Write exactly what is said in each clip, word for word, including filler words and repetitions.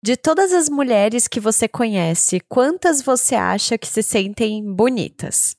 De todas as mulheres que você conhece, quantas você acha que se sentem bonitas?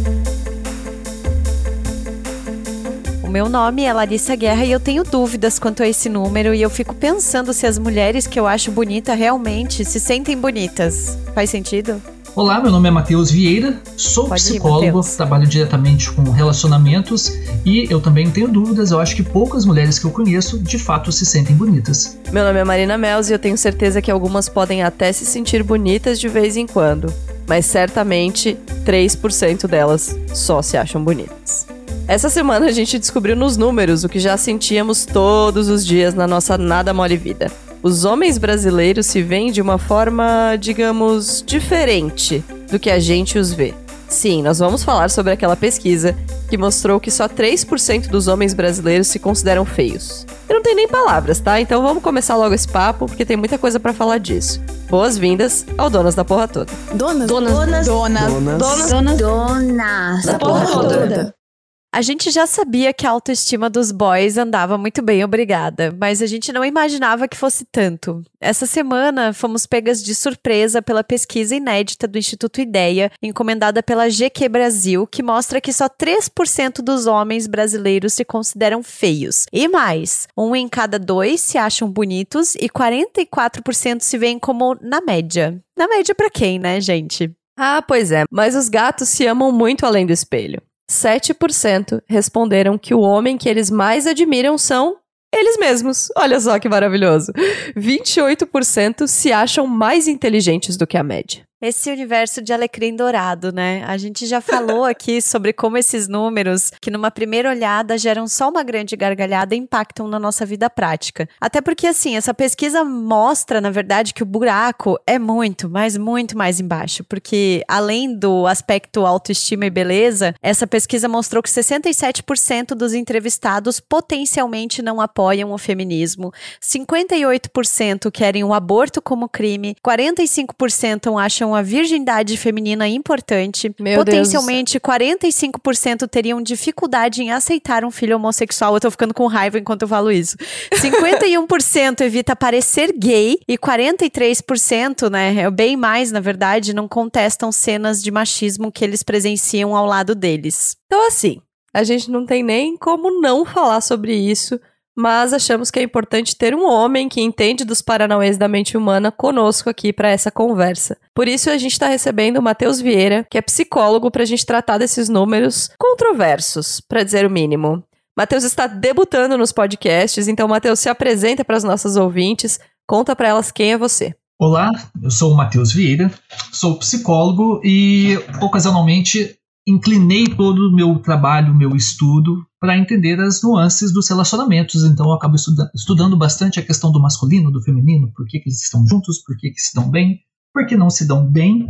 O meu nome é Larissa Guerra e eu tenho dúvidas quanto a esse número e eu fico pensando se as mulheres que eu acho bonita realmente se sentem bonitas. Faz sentido? Olá, meu nome é Matheus Vieira, sou Pode psicólogo, ir, trabalho diretamente com relacionamentos e eu também tenho dúvidas, eu acho que poucas mulheres que eu conheço de fato se sentem bonitas. Meu nome é Marina Mels e eu tenho certeza que algumas podem até se sentir bonitas de vez em quando, mas certamente três por cento delas só se acham bonitas. Essa semana a gente descobriu nos números o que já sentíamos todos os dias na nossa nada mole vida. Os homens brasileiros se veem de uma forma, digamos, diferente do que a gente os vê. Sim, nós vamos falar sobre aquela pesquisa que mostrou que só três por cento dos homens brasileiros se consideram feios. Eu não tenho nem palavras, tá? Então vamos começar logo esse papo, porque tem muita coisa pra falar disso. Boas-vindas ao Donas da Porra Toda. Donas, donas, donas, donas, donas, donas, donas, donas da Porra Toda. A gente já sabia que a autoestima dos boys andava muito bem, obrigada, mas a gente não imaginava que fosse tanto. Essa semana, fomos pegas de surpresa pela pesquisa inédita do Instituto Ideia, encomendada pela G Q Brasil, que mostra que só três por cento dos homens brasileiros se consideram feios. E mais, um em cada dois se acham bonitos e quarenta e quatro por cento se veem como na média. Na média pra quem, né, gente? Ah, pois é, mas os gatos se amam muito além do espelho. sete por cento responderam que o homem que eles mais admiram são eles mesmos. Olha só que maravilhoso. vinte e oito por cento se acham mais inteligentes do que a média. Esse universo de alecrim dourado, né? A gente já falou aqui sobre como esses números, que numa primeira olhada geram só uma grande gargalhada, impactam na nossa vida prática. Até porque, assim, essa pesquisa mostra, na verdade, que o buraco é muito, mas muito mais embaixo. Porque, além do aspecto autoestima e beleza, essa pesquisa mostrou que sessenta e sete por cento dos entrevistados potencialmente não apoiam o feminismo, cinquenta e oito por cento querem o aborto como crime, quarenta e cinco por cento acham a virgindade feminina importante. Meu Potencialmente, Deus. quarenta e cinco por cento teriam dificuldade em aceitar um filho homossexual. Eu tô ficando com raiva enquanto eu falo isso. cinquenta e um por cento evita parecer gay e quarenta e três por cento, né, bem mais, na verdade, não contestam cenas de machismo que eles presenciam ao lado deles. Então, assim, a gente não tem nem como não falar sobre isso, mas achamos que é importante ter um homem que entende dos paranauês da mente humana conosco aqui para essa conversa. Por isso a gente está recebendo o Matheus Vieira, que é psicólogo, para a gente tratar desses números controversos, para dizer o mínimo. Matheus está debutando nos podcasts, então Matheus, se apresenta para as nossas ouvintes, conta para elas quem é você. Olá, eu sou o Matheus Vieira, sou psicólogo e ocasionalmente inclinei todo o meu trabalho, meu estudo, para entender as nuances dos relacionamentos. Então eu acabo estuda- estudando bastante a questão do masculino, do feminino, por que, que eles estão juntos, por que, que se dão bem, por que não se dão bem.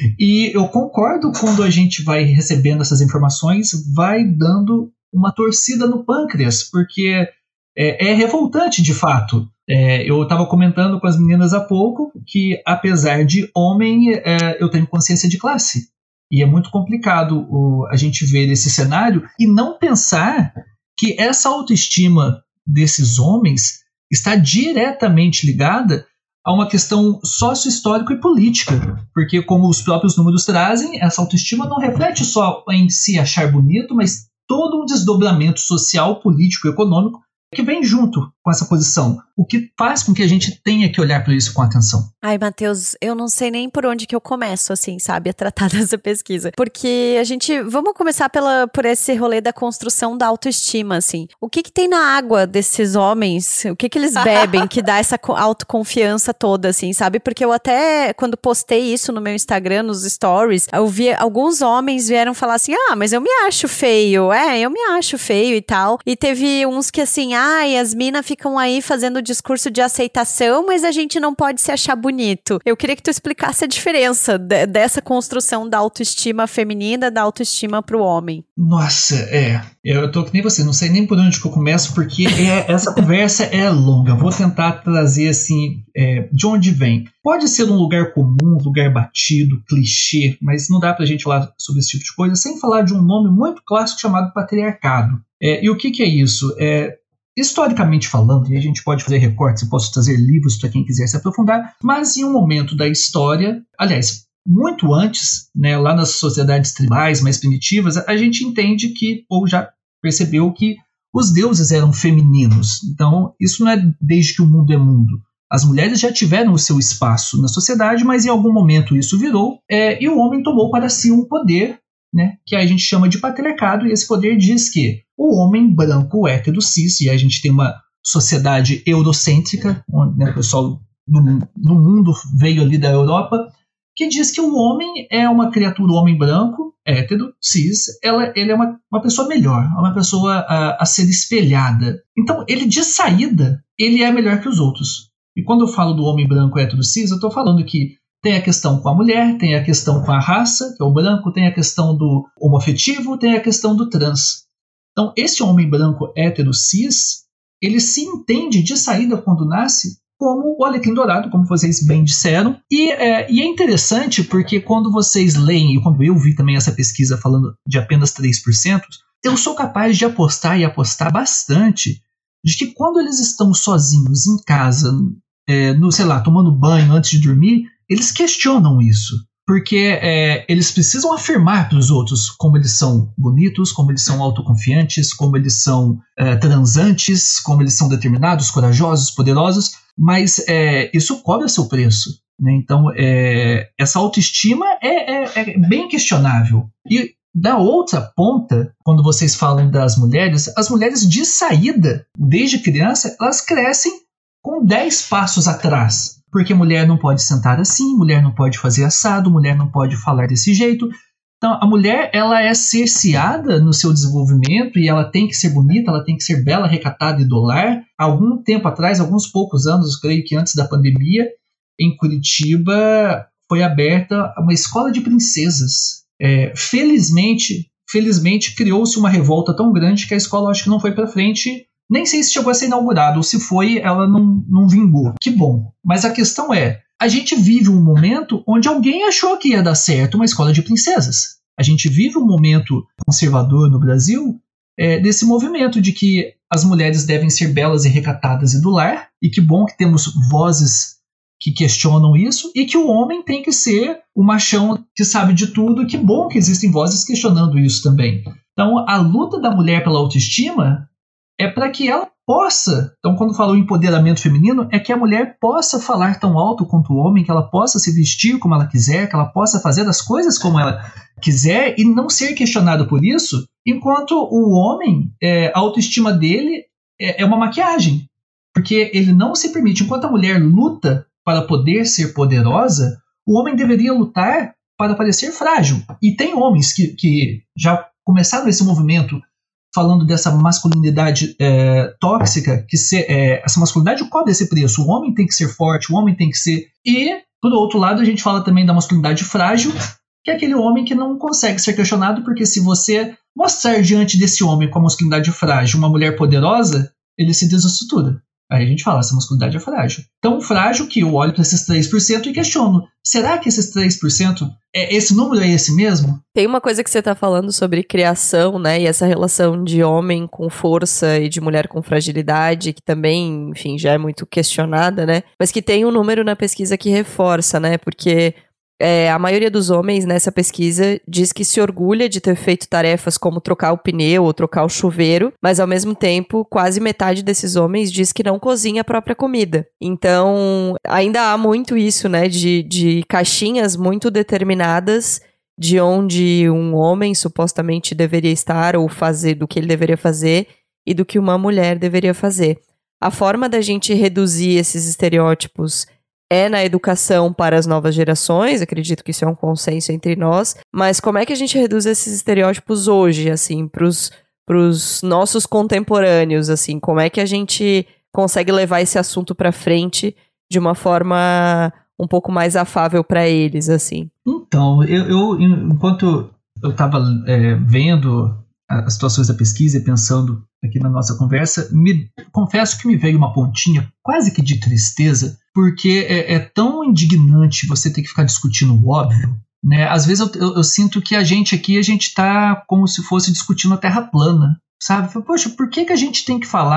E eu concordo quando a gente vai recebendo essas informações, vai dando uma torcida no pâncreas, porque é, é revoltante de fato. É, eu estava comentando com as meninas há pouco que, apesar de homem, é, eu tenho consciência de classe. E é muito complicado o, a gente ver esse cenário e não pensar que essa autoestima desses homens está diretamente ligada a uma questão sócio-histórica e política. Porque, como os próprios números trazem, essa autoestima não reflete só em se achar bonito, mas todo um desdobramento social, político e econômico que vem junto com essa posição, o que faz com que a gente tenha que olhar para isso com atenção. Ai, Matheus, eu não sei nem por onde que eu começo, assim, sabe, a tratar dessa pesquisa. Porque a gente, vamos começar pela, por esse rolê da construção da autoestima, assim. O que que tem na água desses homens? O que que eles bebem que dá essa autoconfiança toda, assim, sabe? Porque eu até, quando postei isso no meu Instagram, nos stories, eu vi alguns homens vieram falar assim, ah, mas eu me acho feio, é, eu me acho feio e tal. E teve uns que assim, ai, as minas ficam aí fazendo discurso de aceitação, mas a gente não pode se achar bonito. Eu queria que tu explicasse a diferença de, dessa construção da autoestima feminina, da autoestima pro homem. Nossa, é. Eu tô que nem você, não sei nem por onde que eu começo, porque é, essa conversa é longa. Vou tentar trazer, assim, é, de onde vem. Pode ser um lugar comum, um lugar batido, clichê, mas não dá pra gente falar sobre esse tipo de coisa sem falar de um nome muito clássico chamado patriarcado. É, e o que que é isso? É... historicamente falando, e a gente pode fazer recortes, eu posso trazer livros para quem quiser se aprofundar, mas em um momento da história, aliás, muito antes, né, lá nas sociedades tribais mais primitivas, a gente entende que, ou já percebeu que os deuses eram femininos. Então, isso não é desde que o mundo é mundo. As mulheres já tiveram o seu espaço na sociedade, mas em algum momento isso virou, é, e o homem tomou para si um poder, né, que a gente chama de patriarcado, e esse poder diz que o homem branco, hétero, cis, e a gente tem uma sociedade eurocêntrica, onde, né, o pessoal no, no mundo veio ali da Europa, que diz que o homem é uma criatura, o homem branco, hétero, cis, ela, ele é uma, uma pessoa melhor, uma pessoa a, a ser espelhada. Então, ele de saída, ele é melhor que os outros. E quando eu falo do homem branco, hétero, cis, eu estou falando que tem a questão com a mulher, tem a questão com a raça, que é o branco, tem a questão do homoafetivo, tem a questão do trans. Então, esse homem branco, hétero, cis, ele se entende de saída quando nasce como o alecrim dourado, como vocês bem disseram. E é, e é interessante porque quando vocês leem, e quando eu vi também essa pesquisa falando de apenas três por cento, eu sou capaz de apostar e apostar bastante de que quando eles estão sozinhos em casa, é, no, sei lá, tomando banho antes de dormir, eles questionam isso. Porque é, eles precisam afirmar para os outros como eles são bonitos, como eles são autoconfiantes, como eles são é, transantes, como eles são determinados, corajosos, poderosos, mas é, isso cobra seu preço, né? Então, é, essa autoestima é, é, é bem questionável. E da outra ponta, quando vocês falam das mulheres, as mulheres de saída, desde criança, elas crescem com dez passos atrás. Porque mulher não pode sentar assim, mulher não pode fazer assado, mulher não pode falar desse jeito. Então, a mulher, ela é cerceada no seu desenvolvimento e ela tem que ser bonita, ela tem que ser bela, recatada e do lar. Algum tempo atrás, alguns poucos anos, creio que antes da pandemia, em Curitiba, foi aberta uma escola de princesas. É, felizmente, felizmente, criou-se uma revolta tão grande que a escola, acho que não foi para frente. Nem sei se chegou a ser inaugurada, ou se foi, ela não, não vingou. Que bom. Mas a questão é, a gente vive um momento onde alguém achou que ia dar certo uma escola de princesas. A gente vive um momento conservador no Brasil, é, desse movimento de que as mulheres devem ser belas e recatadas e do lar, e que bom que temos vozes que questionam isso, e que o homem tem que ser o machão que sabe de tudo, e que bom que existem vozes questionando isso também. Então, a luta da mulher pela autoestima é para que ela possa, então quando falo empoderamento feminino, é que a mulher possa falar tão alto quanto o homem, que ela possa se vestir como ela quiser, que ela possa fazer as coisas como ela quiser e não ser questionada por isso, enquanto o homem, é, a autoestima dele é, é uma maquiagem, porque ele não se permite, enquanto a mulher luta para poder ser poderosa, o homem deveria lutar para parecer frágil. E tem homens que, que já começaram esse movimento falando dessa masculinidade é, tóxica, que se, é, essa masculinidade cobra esse preço. O homem tem que ser forte, o homem tem que ser... E, por outro lado, a gente fala também da masculinidade frágil, que é aquele homem que não consegue ser questionado, porque se você mostrar diante desse homem com a masculinidade frágil uma mulher poderosa, ele se desestrutura. Aí a gente fala, essa masculinidade é frágil. Tão frágil que eu olho para esses três por cento e questiono, será que esses três por cento, é, esse número é esse mesmo? Tem uma coisa que você tá falando sobre criação, né, e essa relação de homem com força e de mulher com fragilidade, que também, enfim, já é muito questionada, né, mas que tem um número na pesquisa que reforça, né, porque... É, a maioria dos homens nessa pesquisa diz que se orgulha de ter feito tarefas como trocar o pneu ou trocar o chuveiro, mas ao mesmo tempo quase metade desses homens diz que não cozinha a própria comida. Então ainda há muito isso, né, de, de caixinhas muito determinadas de onde um homem supostamente deveria estar ou fazer, do que ele deveria fazer e do que uma mulher deveria fazer. A forma da gente reduzir esses estereótipos é na educação para as novas gerações, acredito que isso é um consenso entre nós, mas como é que a gente reduz esses estereótipos hoje, assim, pros, pros nossos contemporâneos, assim, como é que a gente consegue levar esse assunto para frente de uma forma um pouco mais afável para eles, assim? Então, eu, eu enquanto eu estava é, vendo as situações da pesquisa e pensando aqui na nossa conversa, me confesso que me veio uma pontinha quase que de tristeza, porque é, é tão indignante você ter que ficar discutindo o óbvio, né? Às vezes eu, eu, eu sinto que a gente aqui, a gente está como se fosse discutindo a terra plana, sabe? Poxa, por que, que a gente tem que falar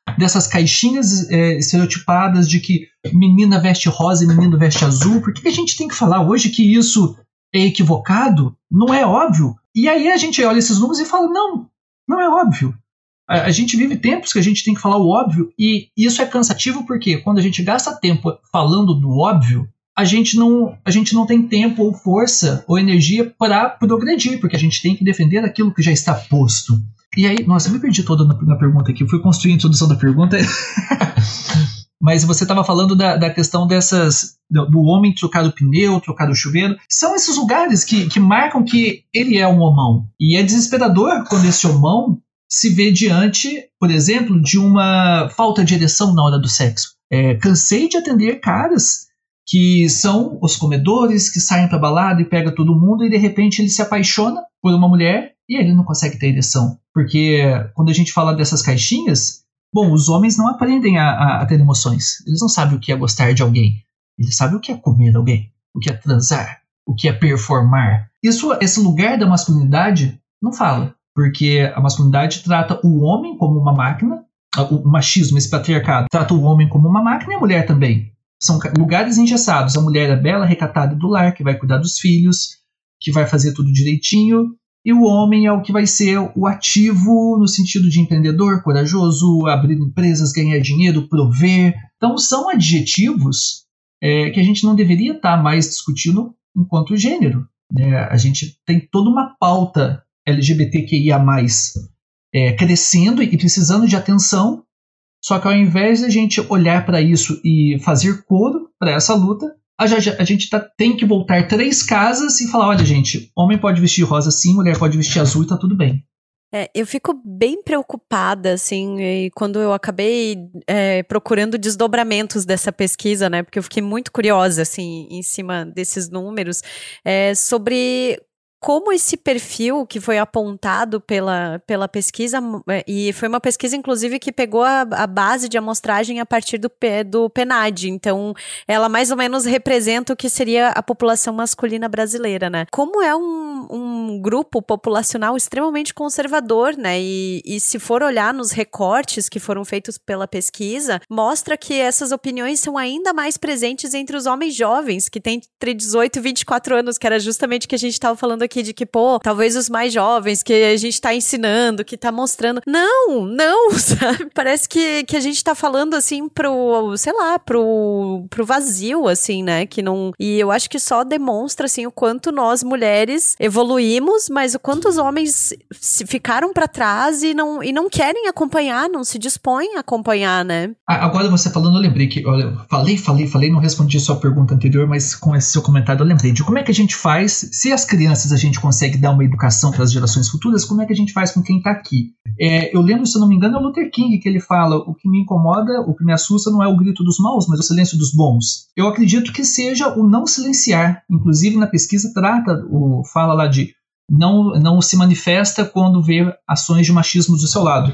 dessas caixinhas é, estereotipadas de que menina veste rosa e menino veste azul. Por que a gente tem que falar hoje que isso é equivocado? Não é óbvio? E aí a gente olha esses números e fala, não, não é óbvio. A, a gente vive tempos que a gente tem que falar o óbvio, e isso é cansativo porque quando a gente gasta tempo falando do óbvio, a gente não, a gente não tem tempo ou força ou energia para progredir, porque a gente tem que defender aquilo que já está posto. E aí, nossa, eu me perdi toda na, na pergunta aqui, eu fui construir a introdução da pergunta. Mas você estava falando da, da questão dessas, do, do homem trocar o pneu, trocar o chuveiro. São esses lugares que, que marcam que ele é um homão. E é desesperador quando esse homão se vê diante, por exemplo, de uma falta de ereção na hora do sexo. É, cansei de atender caras que são os comedores, que saem pra balada e pega todo mundo, e de repente ele se apaixona por uma mulher e ele não consegue ter ereção. Porque quando a gente fala dessas caixinhas, bom, os homens não aprendem a, a, a ter emoções. Eles não sabem o que é gostar de alguém. Eles sabem o que é comer alguém, o que é transar, o que é performar. Isso, esse lugar da masculinidade não fala, porque a masculinidade trata o homem como uma máquina, o machismo, esse patriarcado, trata o homem como uma máquina e a mulher também. São lugares engessados. A mulher é bela, recatada do lar, que vai cuidar dos filhos, que vai fazer tudo direitinho. E o homem é o que vai ser o ativo no sentido de empreendedor, corajoso, abrir empresas, ganhar dinheiro, prover. Então são adjetivos é, que a gente não deveria estar mais discutindo enquanto gênero. Né? A gente tem toda uma pauta L G B T Q I A mais, é, crescendo e precisando de atenção. Só que ao invés de a gente olhar para isso e fazer coro para essa luta, a, a gente tá, tem que voltar três casas e falar, olha gente, homem pode vestir rosa sim, mulher pode vestir azul e tá tudo bem. É, eu fico bem preocupada, assim, e quando eu acabei é, procurando desdobramentos dessa pesquisa, né, porque eu fiquei muito curiosa, assim, em cima desses números, é, sobre como esse perfil que foi apontado pela, pela pesquisa, e foi uma pesquisa, inclusive, que pegou a, a base de amostragem a partir do, do PNAD, então ela mais ou menos representa o que seria a população masculina brasileira, né? Como é um, um grupo populacional extremamente conservador, né? E, e se for olhar nos recortes que foram feitos pela pesquisa, mostra que essas opiniões são ainda mais presentes entre os homens jovens, que têm entre dezoito e vinte e quatro anos, que era justamente o que a gente estava falando aqui, de que, pô, talvez os mais jovens que a gente tá ensinando, que tá mostrando. Não, não, sabe? Parece que, que a gente tá falando, assim, pro, sei lá, pro, pro vazio, assim, né? Que não... E eu acho que só demonstra, assim, o quanto nós, mulheres, evoluímos, mas o quanto os homens se ficaram pra trás e não, e não querem acompanhar, não se dispõem a acompanhar, né? Agora você falando, eu lembrei que, olha, falei, falei, falei, não respondi a sua pergunta anterior, mas com esse seu comentário eu lembrei de como é que a gente faz, se as crianças a gente consegue dar uma educação para as gerações futuras, como é que a gente faz com quem está aqui? É, eu lembro, se eu não me engano, é o Luther King que ele fala, o que me incomoda, o que me assusta não é o grito dos maus, mas o silêncio dos bons. Eu acredito que seja o não silenciar. Inclusive na pesquisa trata, o, fala lá de não, não se manifesta quando vê ações de machismo do seu lado.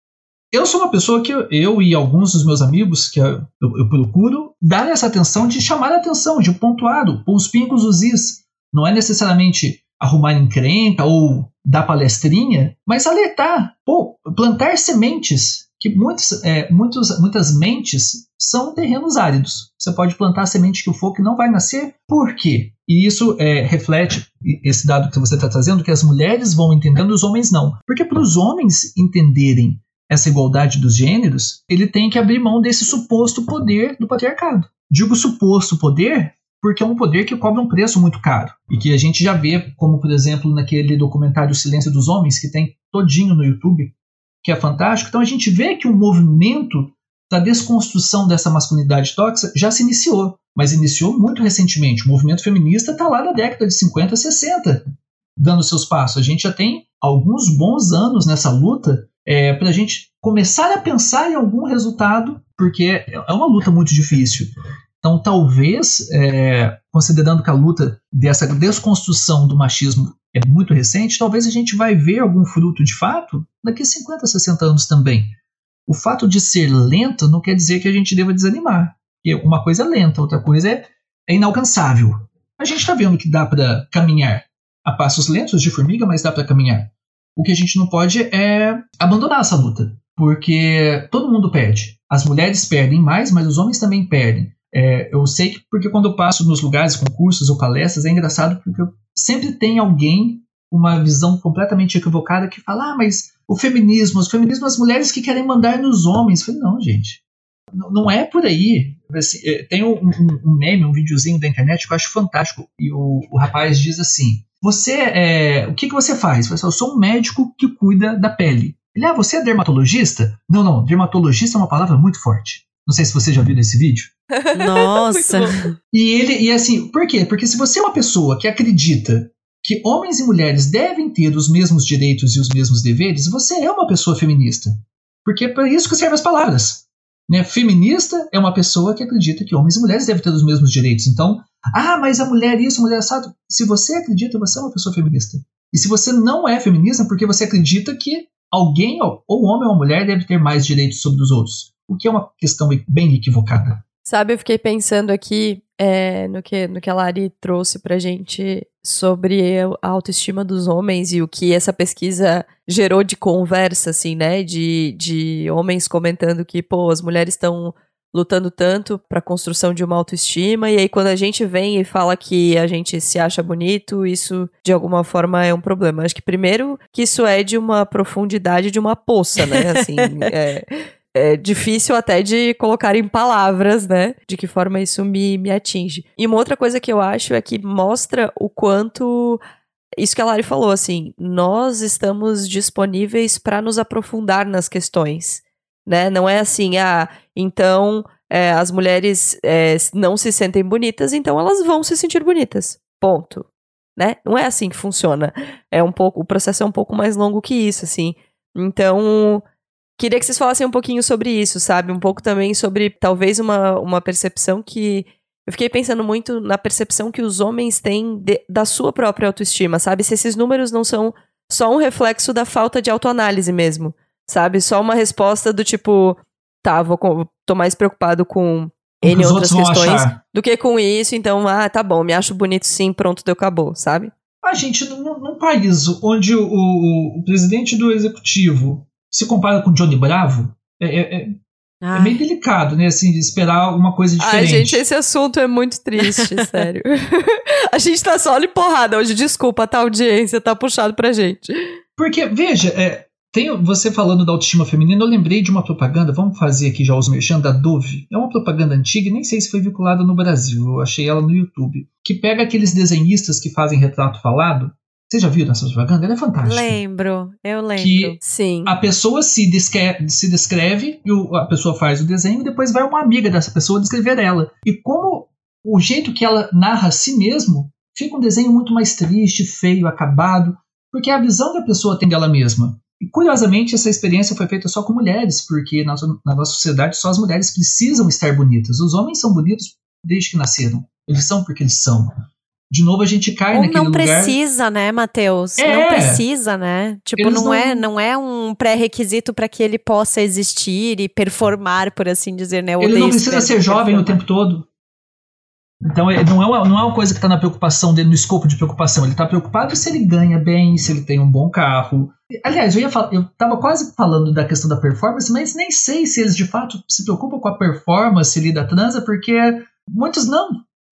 Eu sou uma pessoa que eu, eu e alguns dos meus amigos que eu, eu procuro dar essa atenção, de chamar a atenção, de pontuado, pôr os pingos nos is. Não é necessariamente arrumar encrenca ou dar palestrinha, mas alertar, pô, plantar sementes, que muitos, é, muitos, muitas mentes são terrenos áridos. Você pode plantar a semente que for, que não vai nascer. Por quê? E isso é, reflete esse dado que você está trazendo, que as mulheres vão entendendo, os homens não. Porque para os homens entenderem essa igualdade dos gêneros, ele tem que abrir mão desse suposto poder do patriarcado. Digo suposto poder porque é um poder que cobra um preço muito caro. E que a gente já vê, como por exemplo naquele documentário O Silêncio dos Homens, que tem todinho no YouTube, que é fantástico. Então a gente vê que o movimento da desconstrução dessa masculinidade tóxica já se iniciou, mas iniciou muito recentemente. O movimento feminista está lá na década de cinquenta, sessenta, dando seus passos. A gente já tem alguns bons anos nessa luta é, para a gente começar a pensar em algum resultado, porque é uma luta muito difícil. Então, talvez, é, considerando que a luta dessa desconstrução do machismo é muito recente, talvez a gente vai ver algum fruto de fato daqui a cinquenta, sessenta anos também. O fato de ser lento não quer dizer que a gente deva desanimar. Porque uma coisa é lenta, outra coisa é, é inalcançável. A gente está vendo que dá para caminhar a passos lentos de formiga, mas dá para caminhar. O que a gente não pode é abandonar essa luta. porque todo mundo perde. As mulheres perdem mais, mas os homens também perdem. É, eu sei que porque quando eu passo nos lugares, concursos ou palestras, é engraçado porque sempre tem alguém com uma visão completamente equivocada que fala, ah, mas o feminismo, o feminismo, as mulheres que querem mandar nos homens. Eu falei, não, gente, não, não é por aí. Assim, tem um, um, um meme, um videozinho da internet que eu acho fantástico, e o, o rapaz diz assim, você, é, o que, que você faz? Eu sou um médico que cuida da pele. Ele, ah, você é dermatologista? Não, não, dermatologista é uma palavra muito forte. Não sei se você já viu esse vídeo. Nossa! E ele, e assim, por quê? Porque se você é uma pessoa que acredita que homens e mulheres devem ter os mesmos direitos e os mesmos deveres, você é uma pessoa feminista. Porque é para isso que servem as palavras. Né? Feminista é uma pessoa que acredita que homens e mulheres devem ter os mesmos direitos. Então, ah, mas a mulher isso, a mulher assado. Se você acredita, você é uma pessoa feminista. E se você não é feminista, é porque você acredita que alguém, ou homem ou mulher, deve ter mais direitos sobre os outros. O que é uma questão bem equivocada. Sabe, eu fiquei pensando aqui é, no, que, no que a Lari trouxe pra gente sobre a autoestima dos homens e o que essa pesquisa gerou de conversa, assim, né? De, de homens comentando que, pô, as mulheres estão lutando tanto pra construção de uma autoestima, e aí quando a gente vem e fala que a gente se acha bonito, isso de alguma forma é um problema. Acho que primeiro que isso é de uma profundidade de uma poça, né? Assim, é... É difícil até de colocar em palavras, né? De que forma isso me, me atinge. E uma outra coisa que eu acho é que mostra o quanto... Isso que a Lari falou, assim, nós estamos disponíveis para nos aprofundar nas questões, né? Não é assim, ah, então é, as mulheres é, não se sentem bonitas, então elas vão se sentir bonitas. Ponto. Né? Não é assim que funciona. É um pouco, o processo é um pouco mais longo que isso, assim. Então... Queria que vocês falassem um pouquinho sobre isso, sabe? Um pouco também sobre, talvez, uma, uma percepção que... Eu fiquei pensando muito na percepção que os homens têm de, da sua própria autoestima, sabe? Se esses números não são só um reflexo da falta de autoanálise mesmo, sabe? Só uma resposta do tipo, tá, vou, tô mais preocupado com N outras questões do que com isso, então, ah, tá bom, me acho bonito sim, pronto, deu, acabou, sabe? A gente, num, num país onde o, o, o presidente do executivo se compara com Johnny Bravo, é, é, é meio delicado, né, assim, de esperar uma coisa diferente. Ai, gente, esse assunto é muito triste, sério. A gente tá só de porrada hoje, desculpa, tá, audiência, tá puxado pra gente. Porque, veja, é, tem, você falando da autoestima feminina, eu lembrei de uma propaganda, vamos fazer aqui já os merchan da Dove, é uma propaganda antiga, nem sei se foi vinculada no Brasil, eu achei ela no YouTube, que pega aqueles desenhistas que fazem retrato falado. Você já viu essa propaganda? Ela é fantástica. Lembro, eu lembro. Que Sim. A pessoa se descreve, se descreve e o, a pessoa faz o desenho e depois vai uma amiga dessa pessoa descrever ela. E como o jeito que ela narra a si mesmo, fica um desenho muito mais triste, feio, acabado, porque é a visão que a pessoa tem dela mesma. E curiosamente essa experiência foi feita só com mulheres, porque na, na nossa sociedade só as mulheres precisam estar bonitas. Os homens são bonitos desde que nasceram. Eles são porque eles são. De novo a gente cai Ou naquele não lugar... precisa, né, Matheus? É. Não precisa, né? Tipo, não, não... É, não é um pré-requisito para que ele possa existir e performar, por assim dizer, né? Eu ele não precisa ser jovem performar. o tempo todo. Então não é uma, não é uma coisa que está na preocupação dele, no escopo de preocupação. Ele está preocupado se ele ganha bem, se ele tem um bom carro. Aliás, eu ia falar, eu estava quase falando da questão da performance, mas nem sei se eles de fato se preocupam com a performance ali da transa, porque muitos não.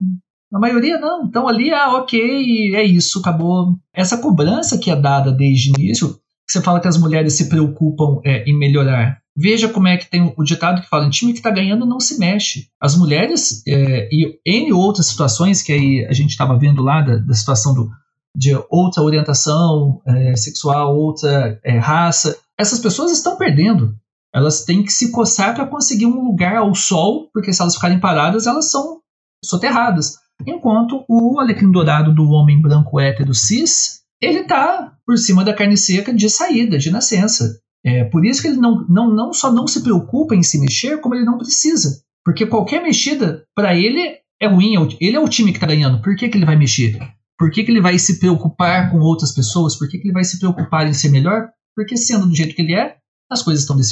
A maioria não. Então ali, ah, ok, é isso, acabou. Essa cobrança que é dada desde o início, que você fala que as mulheres se preocupam é, em melhorar. Veja como é que tem o ditado que fala, em time que está ganhando não se mexe. As mulheres, é, e N outras situações que aí a gente estava vendo lá, da, da situação do, de outra orientação é, sexual, outra é, raça, essas pessoas estão perdendo. Elas têm que se coçar para conseguir um lugar ao sol, porque se elas ficarem paradas, elas são soterradas. Enquanto o alecrim dourado do homem branco hétero cis, ele está por cima da carne seca de saída, de nascença. É por isso que ele não, não, não só não se preocupa em se mexer, como ele não precisa. Porque qualquer mexida, para ele, é ruim. Ele é o time que está ganhando. Por que, que ele vai mexer? Por que, que ele vai se preocupar com outras pessoas? Por que, que ele vai se preocupar em ser melhor? Porque sendo do jeito que ele é, as coisas estão desse jeito.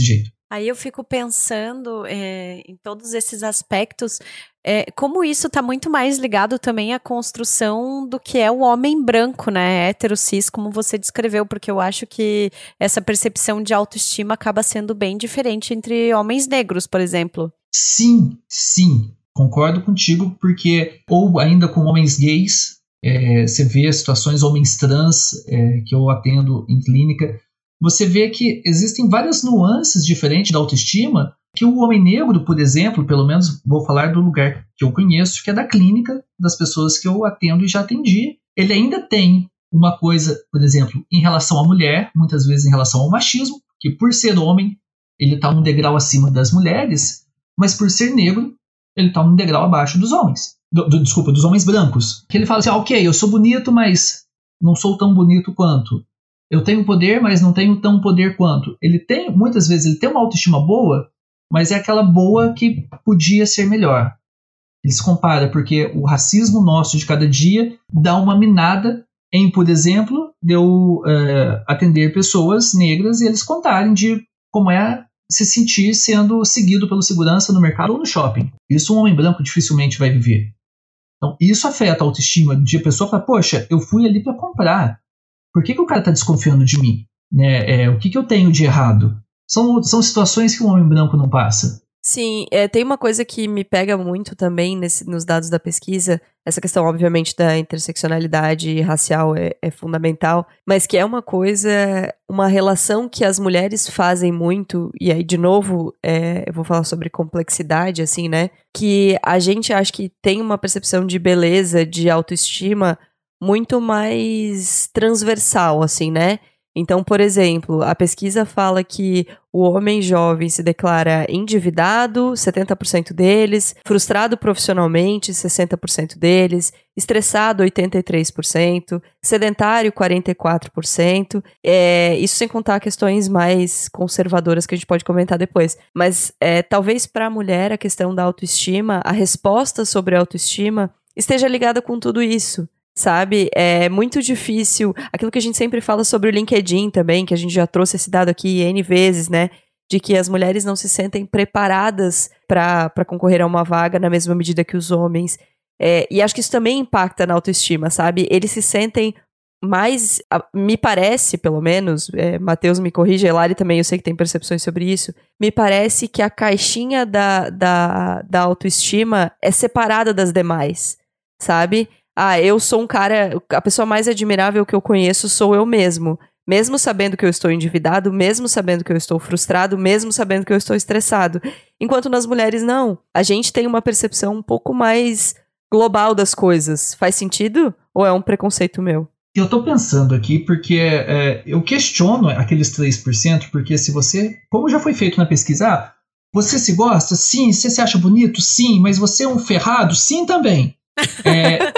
Aí eu fico pensando é, em todos esses aspectos, é, como isso está muito mais ligado também à construção do que é o homem branco, né, hétero cis, como você descreveu, porque eu acho que essa percepção de autoestima acaba sendo bem diferente entre homens negros, por exemplo. Sim, sim, concordo contigo, porque, ou ainda com homens gays, é, você vê situações, homens trans, é, que eu atendo em clínica, você vê que existem várias nuances diferentes da autoestima, que o homem negro, por exemplo, pelo menos vou falar do lugar que eu conheço, que é da clínica, das pessoas que eu atendo e já atendi, ele ainda tem uma coisa, por exemplo, em relação à mulher, muitas vezes em relação ao machismo, que por ser homem, ele está um degrau acima das mulheres, mas por ser negro, ele está um degrau abaixo dos homens. Do, do, desculpa, dos homens brancos. Que ele fala assim, ah, ok, eu sou bonito, mas não sou tão bonito quanto. Eu tenho poder, mas não tenho tão poder quanto. Ele tem, muitas vezes, ele tem uma autoestima boa, mas é aquela boa que podia ser melhor. Ele se compara, porque o racismo nosso de cada dia dá uma minada em, por exemplo, de eu uh, atender pessoas negras e eles contarem de como é se sentir sendo seguido pelo segurança no mercado ou no shopping. Isso um homem branco dificilmente vai viver. Então, isso afeta a autoestima de a pessoa falar, poxa, eu fui ali para comprar. Por que, que o cara está desconfiando de mim? Né? É, o que, que eu tenho de errado? São, são situações que um homem branco não passa. Sim, é, tem uma coisa que me pega muito também nesse, nos dados da pesquisa, essa questão, obviamente, da interseccionalidade racial é, é fundamental, mas que é uma coisa, uma relação que as mulheres fazem muito, e aí, de novo, é, eu vou falar sobre complexidade, assim, né, que a gente acha que tem uma percepção de beleza, de autoestima, muito mais transversal, assim, né? Então, por exemplo, a pesquisa fala que o homem jovem se declara endividado, setenta por cento deles, frustrado profissionalmente, sessenta por cento deles, estressado, oitenta e três por cento, sedentário, quarenta e quatro por cento, é, isso sem contar questões mais conservadoras que a gente pode comentar depois. Mas é, talvez para a mulher a questão da autoestima, a resposta sobre a autoestima esteja ligada com tudo isso. Sabe, é muito difícil, aquilo que a gente sempre fala sobre o LinkedIn também, que a gente já trouxe esse dado aqui N vezes, né, de que as mulheres não se sentem preparadas para concorrer a uma vaga na mesma medida que os homens, é, e acho que isso também impacta na autoestima, sabe, eles se sentem mais, me parece, pelo menos, é, Matheus me corrige, Elari também, eu sei que tem percepções sobre isso, me parece que a caixinha da, da, da autoestima é separada das demais, sabe? Ah, eu sou um cara, a pessoa mais admirável que eu conheço sou eu mesmo. Mesmo sabendo que eu estou endividado, mesmo sabendo que eu estou frustrado, mesmo sabendo que eu estou estressado. Enquanto nas mulheres, não. A gente tem uma percepção um pouco mais global das coisas. Faz sentido? Ou é um preconceito meu? Eu tô pensando aqui porque é, eu questiono aqueles três por cento, porque se você, como já foi feito na pesquisa, ah, você se gosta? Sim. Você se acha bonito? Sim. Mas você é um ferrado? Sim também. É...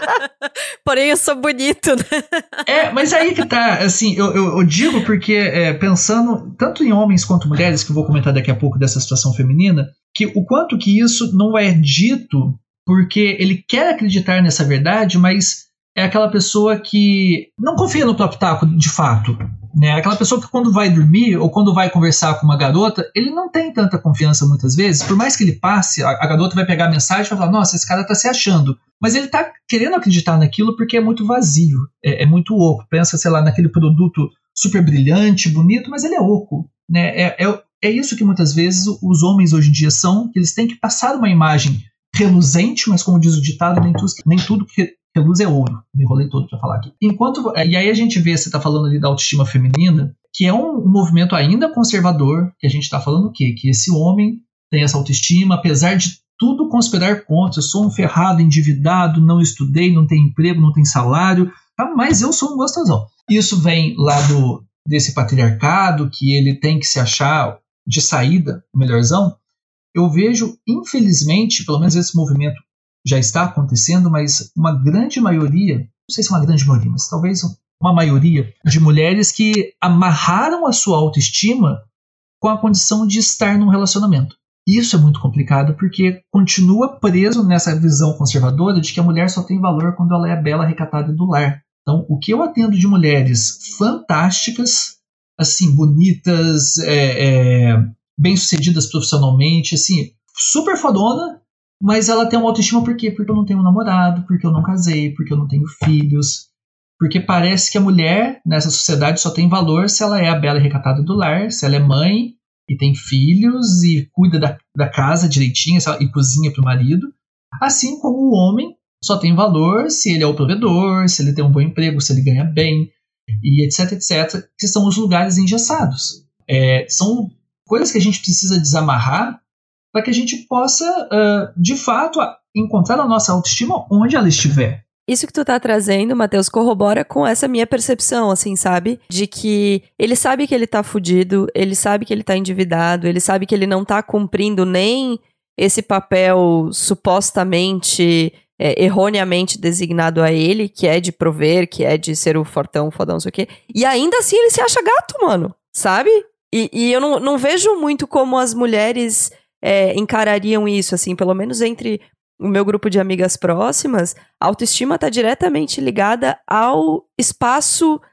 Porém eu sou bonito, né? É, mas aí que tá, assim, eu, eu, eu digo porque é, pensando tanto em homens quanto mulheres, que eu vou comentar daqui a pouco dessa situação feminina, que o quanto que isso não é dito porque ele quer acreditar nessa verdade, mas é aquela pessoa que não confia no próprio taco de fato, né? Aquela pessoa que quando vai dormir ou quando vai conversar com uma garota, ele não tem tanta confiança muitas vezes, por mais que ele passe, a, a garota vai pegar a mensagem e vai falar, nossa, esse cara tá se achando, mas ele tá querendo acreditar naquilo porque é muito vazio, é, é muito oco, pensa, sei lá, naquele produto super brilhante, bonito, mas ele é oco, né? É, é, é isso que muitas vezes os homens hoje em dia são, que eles têm que passar uma imagem reluzente, mas como diz o ditado, nem tudo, nem tudo que reluz é ouro. Me enrolei todo para falar aqui. Enquanto, e aí a gente vê, você está falando ali da autoestima feminina, que é um, um movimento ainda conservador, que a gente está falando o quê? Que esse homem tem essa autoestima, apesar de tudo conspirar contra. Eu sou um ferrado, endividado, não estudei, não tenho emprego, não tenho salário, tá? Mas eu sou um gostosão. Isso vem lá do, desse patriarcado, que ele tem que se achar de saída, melhorzão. Eu vejo, infelizmente, pelo menos esse movimento já está acontecendo, mas uma grande maioria, não sei se é uma grande maioria, mas talvez uma maioria de mulheres que amarraram a sua autoestima com a condição de estar num relacionamento. Isso é muito complicado porque continua preso nessa visão conservadora de que a mulher só tem valor quando ela é bela, recatada e do lar. Então, o que eu atendo de mulheres fantásticas, assim, bonitas, é, é, bem-sucedidas profissionalmente, assim, super fodona, mas ela tem uma autoestima por quê? Porque eu não tenho um namorado, porque eu não casei, porque eu não tenho filhos, porque parece que a mulher nessa sociedade só tem valor se ela é a bela e recatada do lar, se ela é mãe e tem filhos e cuida da, da casa direitinho e cozinha pro marido, assim como o homem só tem valor se ele é o provedor, se ele tem um bom emprego, se ele ganha bem, e etc, etc, que são os lugares engessados. É, são coisas que a gente precisa desamarrar para que a gente possa, uh, de fato, encontrar a nossa autoestima onde ela estiver. Isso que tu tá trazendo, Matheus, corrobora com essa minha percepção, assim, sabe? De que ele sabe que ele tá fudido, ele sabe que ele tá endividado, ele sabe que ele não tá cumprindo nem esse papel supostamente, é, erroneamente designado a ele, que é de prover, que é de ser o fortão, fodão, não sei o quê. E ainda assim ele se acha gato, mano, sabe? E, e eu não, não vejo muito como as mulheres é, encarariam isso, assim, pelo menos entre o meu grupo de amigas próximas, a autoestima está diretamente ligada ao espaço